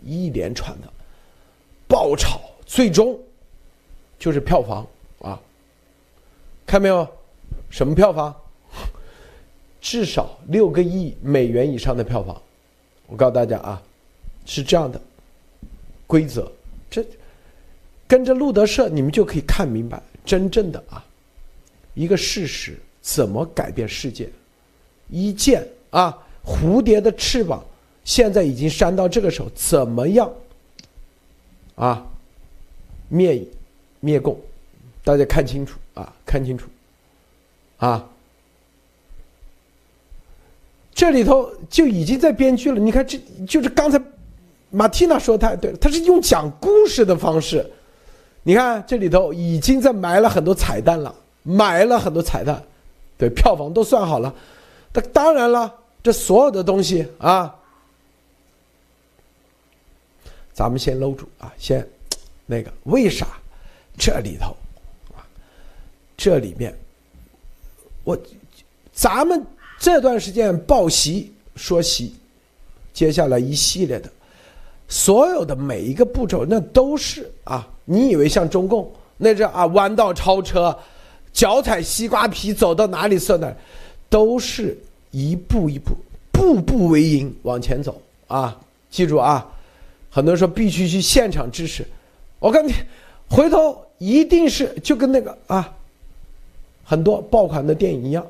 S1: 爆炒，最终就是票房看没有？什么票房？至少6个亿美元以上的票房，我告诉大家是这样的规则。这跟着路德社，你们就可以看明白真正的一个事实怎么改变世界。一件蝴蝶的翅膀现在已经扇到这个时候，怎么样啊灭共？大家看清楚啊，看清楚啊！这里头就已经在编剧了。你看，这就是刚才马蒂娜说太对了，他是用讲故事的方式。你看这里头已经在埋了很多彩蛋了，埋了很多彩蛋，对，票房都算好了。当然了，这所有的东西啊，咱们先搂住啊，先那个为啥这里头啊，这里面咱们这段时间报习说习，接下来一系列的所有的每一个步骤，那都是啊，你以为像中共那是啊弯道超车，脚踩西瓜皮走到哪里算哪里，都是一步一步，步步为营往前走啊！记住啊，很多人说必须去现场支持，我告诉你，回头一定是就跟那个啊很多爆款的电影一样，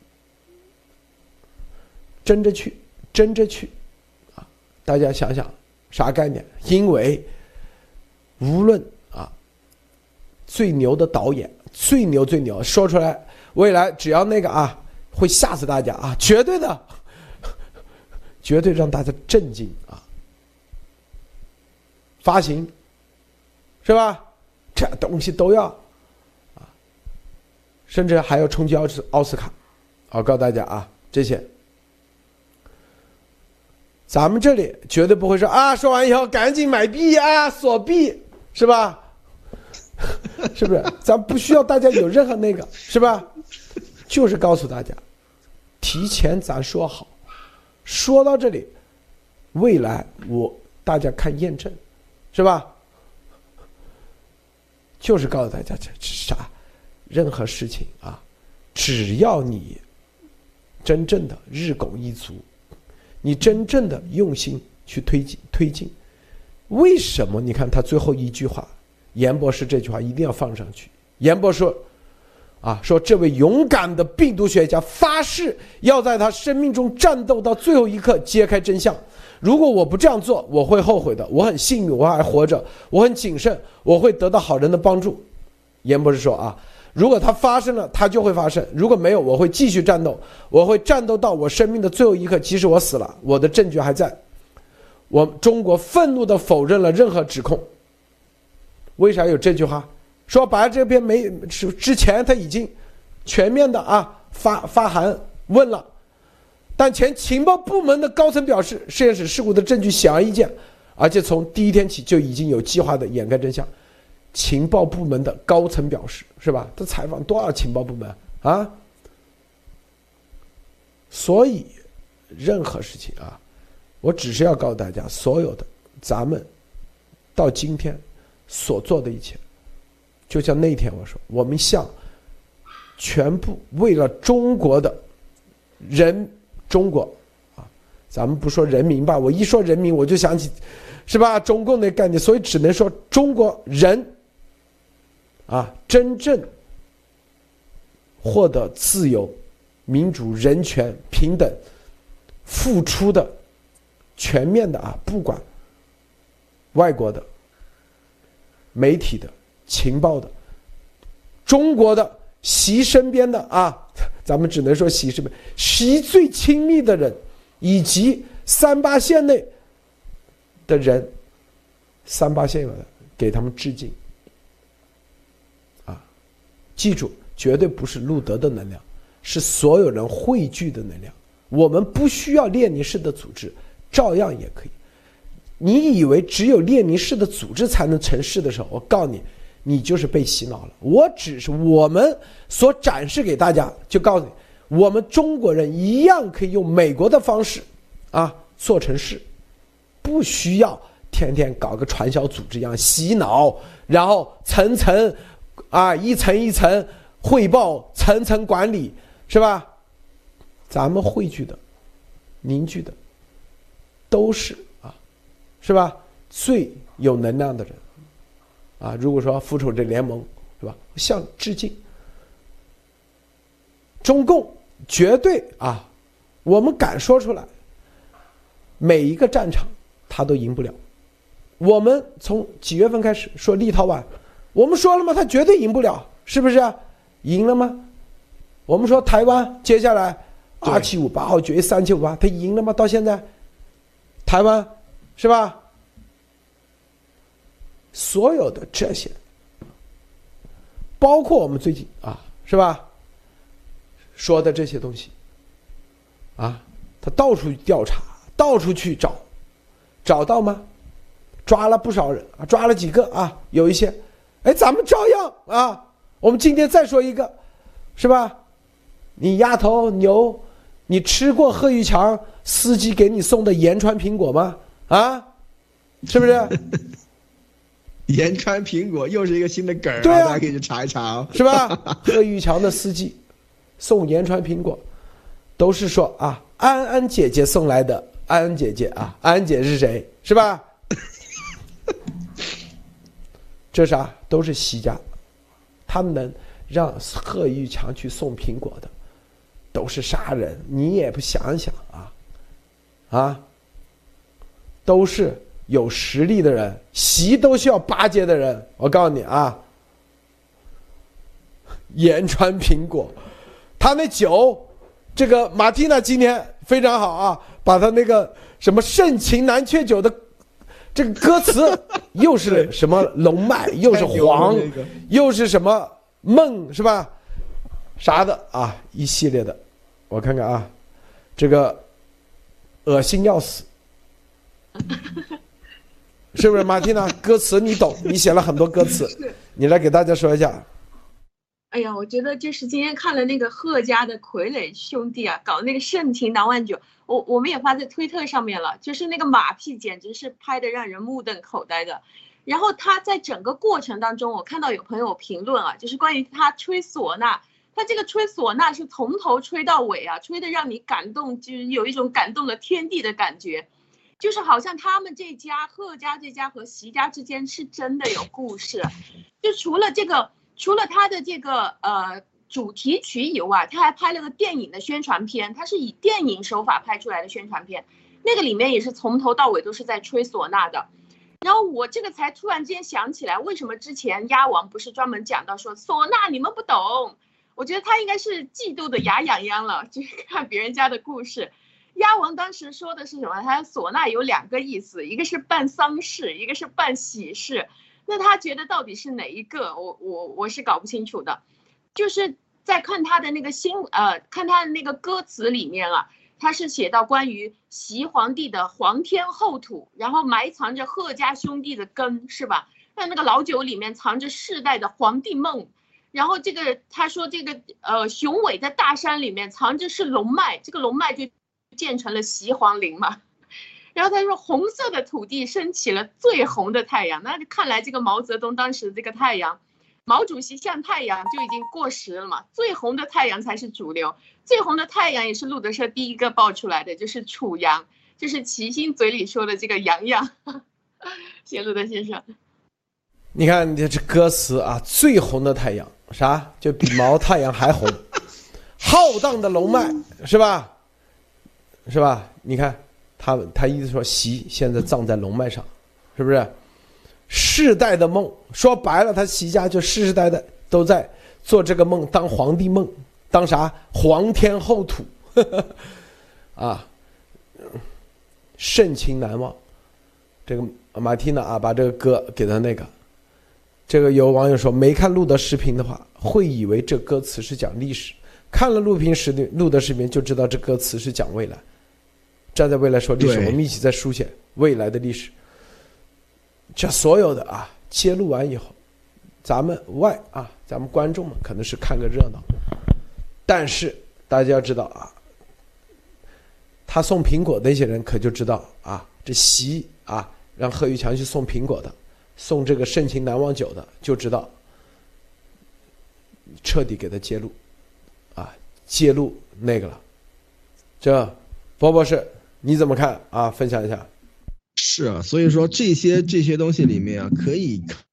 S1: 争着去啊！大家想想啥概念？因为无论啊最牛的导演，最牛说出来，未来只要那个啊会吓死大家啊，绝对的，绝对让大家震惊啊！发行是吧？这东西都要啊，甚至还要冲击奥斯卡。我告诉大家啊，这些咱们这里绝对不会说啊，说完以后赶紧买币啊，锁币是吧？是不是？咱不需要大家有任何那个是吧？就是告诉大家，提前咱说好，说到这里，未来大家看验证，是吧？就是告诉大家这啥，任何事情啊，只要你真正的日拱一卒，你真正的用心去推进，为什么？你看他最后一句话，严博士这句话一定要放上去。严博士说这位勇敢的病毒学家发誓要在他生命中战斗到最后一刻，揭开真相。如果我不这样做，我会后悔的。我很幸运，我还活着，我很谨慎，我会得到好人的帮助。严博士说如果它发生了，它就会发生；如果没有，我会继续战斗，我会战斗到我生命的最后一刻，即使我死了，我的证据还在。中国愤怒地否认了任何指控。为啥有这句话？说白了，这边之前他已经全面的发函问了，但前情报部门的高层表示，实验室事故的证据显而易见，而且从第一天起就已经有计划的掩盖真相。情报部门的高层表示，是吧？他采访多少情报部门啊？所以任何事情我只是要告诉大家，所有的咱们到今天所做的一切，就像那天我说，我们向全部为了中国的中国咱们不说人民吧，我一说人民我就想起是吧中共的概念，所以只能说中国人真正获得自由、民主、人权、平等付出的全面的不管外国的媒体的情报的，中国的习身边的咱们只能说习身边习最亲密的人，以及38线内的人，38线有的给他们致敬记住，绝对不是路德的能量，是所有人汇聚的能量。我们不需要列宁式的组织，照样也可以。你以为只有列宁式的组织才能成事的时候，我告诉你，你就是被洗脑了。我们所展示给大家，就告诉你，我们中国人一样可以用美国的方式做成事，不需要天天搞个传销组织一样洗脑，然后层层一层一层汇报，层层管理，是吧？咱们汇聚的、凝聚的，都是是吧？最有能量的人如果说复仇者联盟，是吧？向致敬。中共绝对我们敢说出来， 每一个战场他都赢不了。我们从几月份开始说立陶宛，我们说了吗？他绝对赢不了，是不是啊？赢了吗？我们说台湾接下来2758号决议3758，他赢了吗？到现在，台湾是吧？所有的这些，包括我们最近是吧？说的这些东西，他到处调查，到处去找到吗？抓了不少人抓了几个有一些，咱们照样我们今天再说一个，是吧？你丫头牛，你吃过贺玉强司机给你送的盐川苹果吗？是不是？
S2: 盐川苹果又是一个新的梗
S1: 对
S2: 大家可以去查一查
S1: 是吧？贺玉强的司机送盐川苹果，都是说安安姐姐送来的。安安姐姐安安姐是谁？是吧？这啥都是习家，他们能让贺玉强去送苹果的，都是啥人？你也不想想都是有实力的人，习都需要巴结的人。我告诉你盐川苹果，他那酒，这个马蒂娜今天非常好把他那个什么盛情难却酒的这个歌词，又是什么龙脉，又是黄，又是什么梦，是吧？啥的一系列的，我看看这个恶心要死，是不是马蒂娜？歌词你懂，你写了很多歌词，你来给大家说一下。
S3: 哎呀，我觉得就是今天看了那个贺家的傀儡兄弟搞那个盛情难忘酒，我们也发在推特上面了，就是那个马屁简直是拍的让人目瞪口呆的。然后他在整个过程当中，我看到有朋友评论就是关于他吹唢呐，他这个吹唢呐是从头吹到尾吹的让你感动，就是有一种感动了天地的感觉，就是好像他们这家贺家这家和习家之间是真的有故事。就除了他的这个主题曲以外，他还拍了个电影的宣传片，他是以电影手法拍出来的宣传片，那个里面也是从头到尾都是在吹唢呐的。然后我这个才突然之间想起来，为什么之前鸭王不是专门讲到说唢呐你们不懂？我觉得他应该是嫉妒的牙痒痒了，就是看别人家的故事。鸭王当时说的是什么？他唢呐有2个意思，一个是办丧事，一个是办喜事。那他觉得到底是哪一个？我是搞不清楚的。就是在看他的那个看他的那个歌词里面他是写到关于习皇帝的皇天厚土，然后埋藏着贺家兄弟的根，是吧？那个老酒里面藏着世代的皇帝梦，然后这个他说这个雄伟的大山里面藏着是龙脉，这个龙脉就建成了习皇陵嘛。然后他说红色的土地升起了最红的太阳，那就看来这个毛泽东当时这个太阳，毛主席像太阳就已经过时了嘛，最红的太阳才是主流。最红的太阳也是路德社第一个爆出来的，就是楚阳，就是齐心嘴里说的这个洋洋。谢谢路德先生。
S1: 你看你这歌词最红的太阳啥，就比毛太阳还红，浩荡的龙脉，是吧？是吧？你看他意思说习现在葬在龙脉上，是不是？世代的梦，说白了，他习家就世世代代都在做这个梦，当皇帝梦，当啥皇天厚土，盛情难忘。这个马蒂娜把这个歌给他那个，这个有网友说没看路德视频的话，会以为这歌词是讲历史；看了路德视频就知道这歌词是讲未来。站在未来说历史，我们一起在书写未来的历史。这所有的揭露完以后，咱们观众们可能是看个热闹，但是大家要知道他送苹果的那些人可就知道这习让贺玉强去送苹果的，送这个盛情难忘酒的，就知道彻底给他揭露那个了。这波博士你怎么看分享一下。
S2: 是所以说这些东西里面可以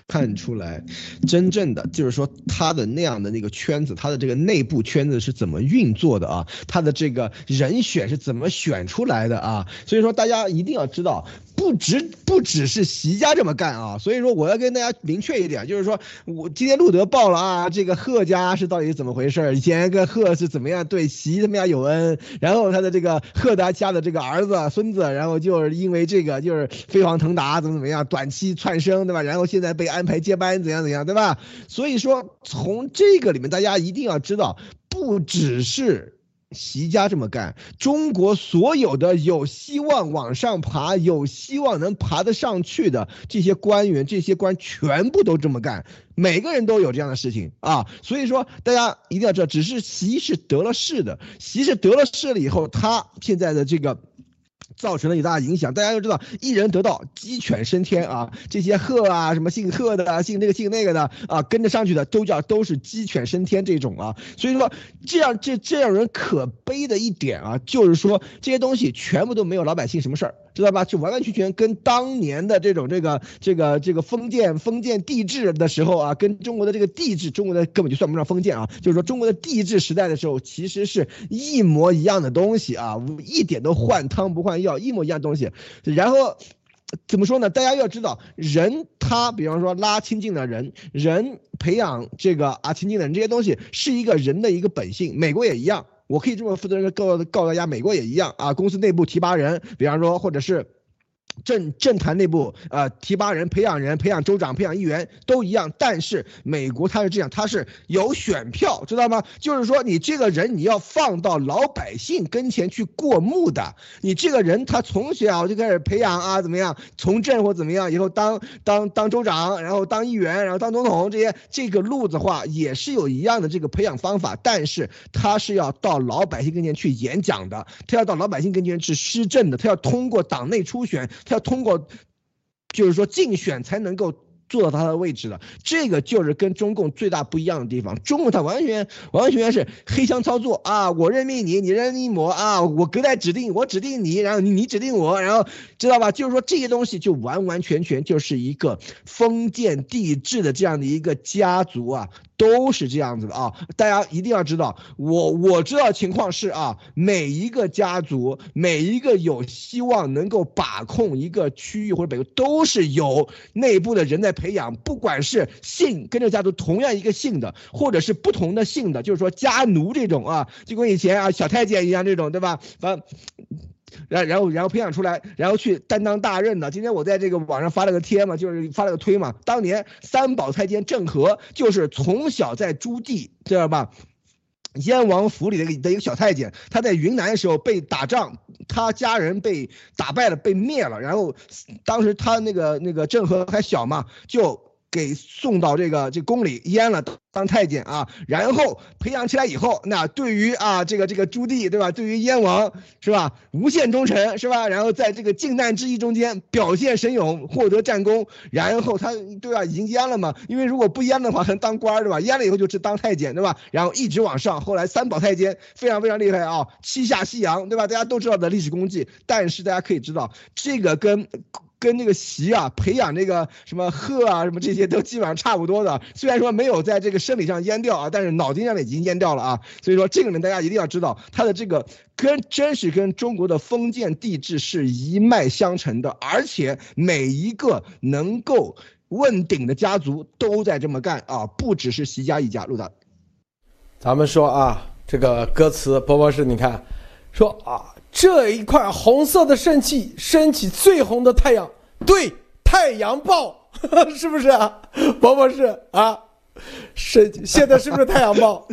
S2: 看出来，真正的就是说他的那样的那个圈子，他的这个内部圈子是怎么运作的啊？他的这个人选是怎么选出来的啊？所以说大家一定要知道，不只是习家这么干啊。所以说我要跟大家明确一点，就是说我今天路德报了啊，这个贺家是到底是怎么回事？以前跟贺是怎么样对习怎么样有恩，然后他的这个贺达家的这个儿子孙子，然后就是因为这个就是飞黄腾达怎么样，短期窜升，对吧？然后现在被安排接班怎样，对吧？所以说从这个里面大家一定要知道，不只是习家这么干，中国所有的有希望往上爬、有希望能爬得上去的这些官员、这些官全部都这么干，每个人都有这样的事情啊。所以说大家一定要知道，只是习是得了势的，习是得了势了以后，他现在的这个造成了很大的影响。大家要知道，一人得道，鸡犬升天啊！这些贺啊，什么姓贺的、姓这个姓那个的啊，跟着上去的都是鸡犬升天这种啊。所以说，这样人可悲的一点啊，就是说这些东西全部都没有老百姓什么事儿，知道吧？就完完全全跟当年的这种这个封建帝制的时候啊，跟中国的这个帝制，中国的根本就算不上封建啊，就是说中国的帝制时代的时候，其实是一模一样的东西啊，一点都换汤不换药，一模一样的东西。然后怎么说呢？大家要知道，人他比方说拉亲近的人培养这个亲近的人，这些东西是一个人的一个本性。美国也一样，我可以这么负责任告大家，美国也一样啊。公司内部提拔人，比方说或者是政坛内部提拔人、培养州长、培养议员都一样，但是美国它是这样，它是有选票，知道吗？就是说你这个人你要放到老百姓跟前去过目的，你这个人他从小就开始培养啊，怎么样从政或怎么样，以后当州长，然后当议员，然后当总统，这个路子话也是有一样的这个培养方法，但是他是要到老百姓跟前去演讲的，他要到老百姓跟前去施政的，他要通过党内初选，他要通过就是说竞选才能够做到他的位置的。这个就是跟中共最大不一样的地方。中共他完全是黑箱操作啊，我任命你，你任命我啊，我隔代指定，我指定你，然后你指定我，然后知道吧？就是说这些东西就完全就是一个封建帝制的这样的一个家族啊，都是这样子的啊。大家一定要知道，我知道情况是啊，每一个家族，每一个有希望能够把控一个区域或者北部，都是有内部的人在培养，不管是姓跟这个家族同样一个姓的，或者是不同的姓的，就是说家奴这种啊，就跟以前啊小太监一样这种，对吧？然后培养出来，然后去担当大任的。今天我在这个网上发了个贴嘛，就是发了个推嘛。当年三宝太监郑和就是从小在朱棣，知道吧？燕王府里的一个小太监，他在云南的时候被打仗，他家人被打败了，被灭了。然后当时他那个郑和还小嘛，就给送到这宫里阉了当太监啊，然后培养起来以后，那对于这个朱棣，对吧？对于燕王是吧，无限忠诚是吧？然后在这个靖难之役中间表现神勇，获得战功，然后他对吧已经阉了嘛，因为如果不阉的话还能当官对吧？阉了以后就是当太监对吧？然后一直往上，后来三宝太监非常厉害啊，七下西洋对吧？大家都知道的历史功绩，但是大家可以知道这个跟那个习啊培养这个什么贺啊什么这些都基本上差不多的，虽然说没有在这个生理上阉掉啊，但是脑筋上已经阉掉了啊。所以说这个人大家一定要知道，他的这个真是跟中国的封建帝制是一脉相承的，而且每一个能够问鼎的家族都在这么干啊，不只是习家一家。陆导，
S1: 咱们说啊，这个歌词波波是你看说啊，这一块红色的圣气升起最红的太阳，对，太阳报是不是啊？波波是啊，现在是不是太阳报？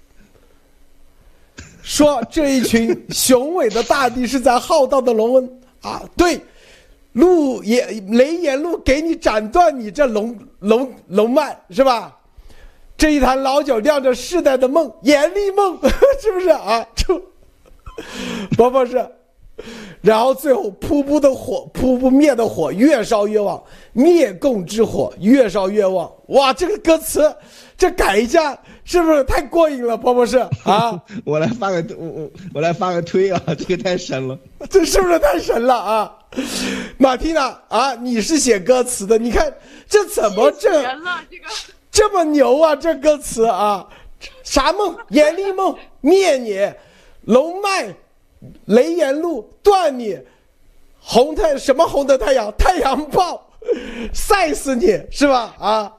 S1: 说这一群雄伟的大地是在浩荡的龙纹啊，对，雷眼路给你斩断你这龙脉是吧？这一坛老酒酿着世代的梦，眼力梦是不是啊？波波是，然后最后瀑布灭的火越烧越旺，灭共之火越烧越旺。哇，这个歌词这改一下是不是太过瘾了？波波是啊，
S2: 我来发个推啊，这个太神了，
S1: 这是不是太神了啊？ 马蒂娜啊，你是写歌词的，你看这怎么这么牛啊？这歌词啊，啥梦？眼力梦灭你，龙脉雷言路断你，红的太阳，太阳爆，晒死你是吧？啊，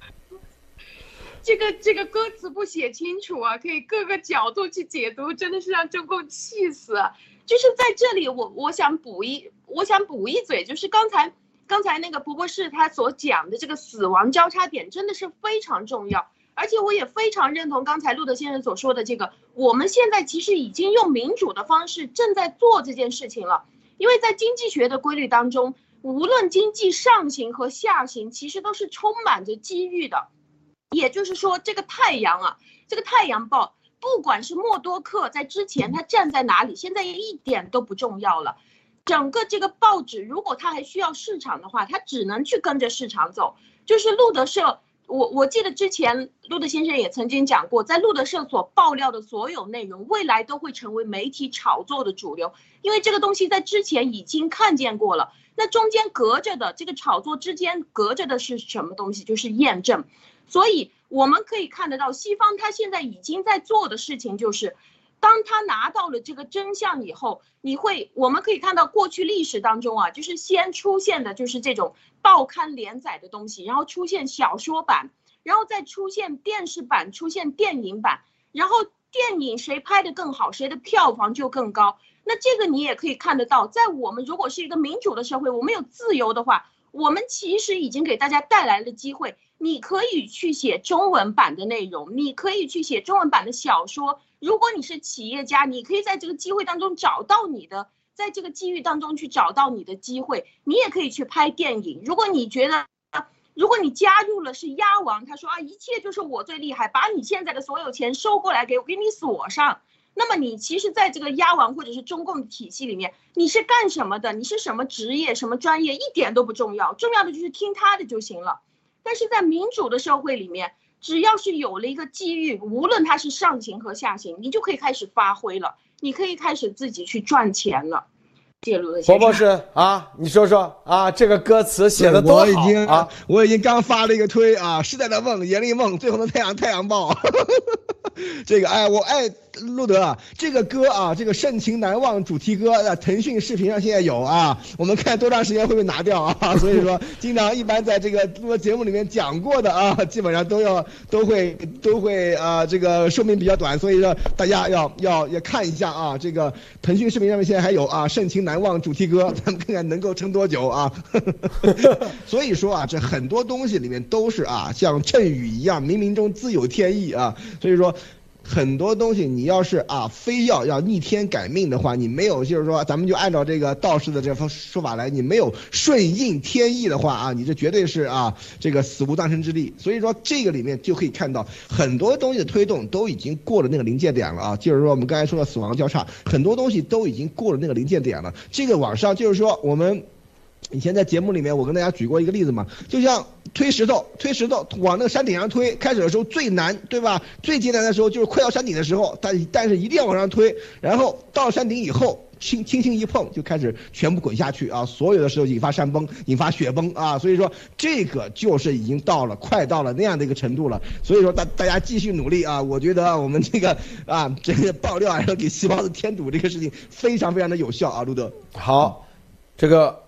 S3: 这个歌词不写清楚啊，可以各个角度去解读，真的是让中共气死。就是在这里我想补一嘴，就是刚才那个博博士他所讲的这个死亡交叉点真的是非常重要，而且我也非常认同刚才路德先生所说的这个，我们现在其实已经用民主的方式正在做这件事情了。因为在经济学的规律当中，无论经济上行和下行其实都是充满着机遇的。也就是说这个太阳啊，这个太阳报，不管是默多克在之前他站在哪里，现在也一点都不重要了。整个这个报纸如果它还需要市场的话，它只能去跟着市场走。就是路德社，我记得之前路德先生也曾经讲过，在路德社所爆料的所有内容，未来都会成为媒体炒作的主流，因为这个东西在之前已经看见过了。那中间隔着的这个炒作之间隔着的是什么东西？就是验证。所以我们可以看得到，西方他现在已经在做的事情就是，当他拿到了这个真相以后，我们可以看到过去历史当中啊，就是先出现的就是这种报刊连载的东西，然后出现小说版，然后再出现电视版，出现电影版，然后电影谁拍的更好，谁的票房就更高。那这个你也可以看得到，在我们如果是一个民主的社会，我们有自由的话，我们其实已经给大家带来了机会。你可以去写中文版的内容，你可以去写中文版的小说。如果你是企业家，你可以在这个机会当中找到你的，在这个机遇当中去找到你的机会。你也可以去拍电影。如果你觉得，如果你加入了是鸭王，他说啊，一切就是我最厉害，把你现在的所有钱收过来给你锁上。那么你其实在这个鸭王或者是中共的体系里面，你是干什么的？你是什么职业、什么专业，一点都不重要，重要的就是听他的就行了。但是在民主的社会里面，只要是有了一个机遇，无论它是上行和下行，你就可以开始发挥了，你可以开始自己去赚钱了。介入的
S1: 博博士啊，你说说啊，这个歌词写的多好啊！
S2: 我已经刚发了一个推啊，时代的梦，眼力梦，最后的太阳，太阳报。这个路德啊，这个歌啊，这个盛情难忘主题歌啊，腾讯视频上现在有啊，我们看多长时间会被拿掉啊？所以说，经常一般在这个节目里面讲过的啊，基本上都会啊，这个寿命比较短，所以说大家要看一下啊，这个腾讯视频上面现在还有啊，盛情难忘主题歌，咱们看看能够撑多久啊？所以说啊，这很多东西里面都是啊，像谶语一样，冥冥中自有天意啊，所以说。很多东西你要是啊非要逆天改命的话，你没有就是说咱们就按照这个道士的这说法来，你没有顺应天意的话啊，你这绝对是啊这个死无葬身之地。所以说这个里面就可以看到很多东西的推动都已经过了那个临界点了啊，就是说我们刚才说的死亡交叉，很多东西都已经过了那个临界点了。这个往上就是说我们。以前在节目里面我跟大家举过一个例子嘛，就像推石头往那个山顶上推，开始的时候最难，对吧？最艰难的时候就是快到山顶的时候，但是一定要往上推，然后到山顶以后轻轻一碰就开始全部滚下去啊，所有的时候引发山崩，引发雪崩啊，所以说这个就是已经快到了那样的一个程度了。所以说大家继续努力啊，我觉得我们这个啊这个爆料还要给细胞子添堵这个事情非常非常的有效啊，路德。
S1: 好，这个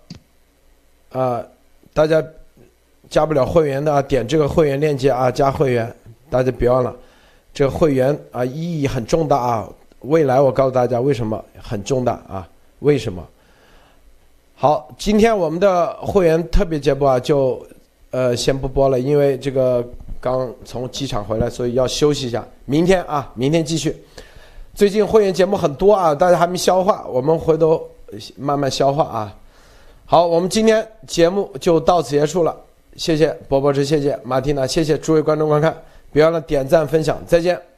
S1: 大家加不了会员的点这个会员链接啊，加会员，大家别忘了，这个会员啊意义很重大啊。未来我告诉大家为什么很重大啊？为什么？好，今天我们的会员特别节目啊，就先不播了，因为这个刚从机场回来，所以要休息一下。明天继续。最近会员节目很多啊，大家还没消化，我们回头慢慢消化啊。好，我们今天节目就到此结束了，谢谢博博士，谢谢马蒂娜，谢谢诸位观众观看，别忘了点赞分享，再见。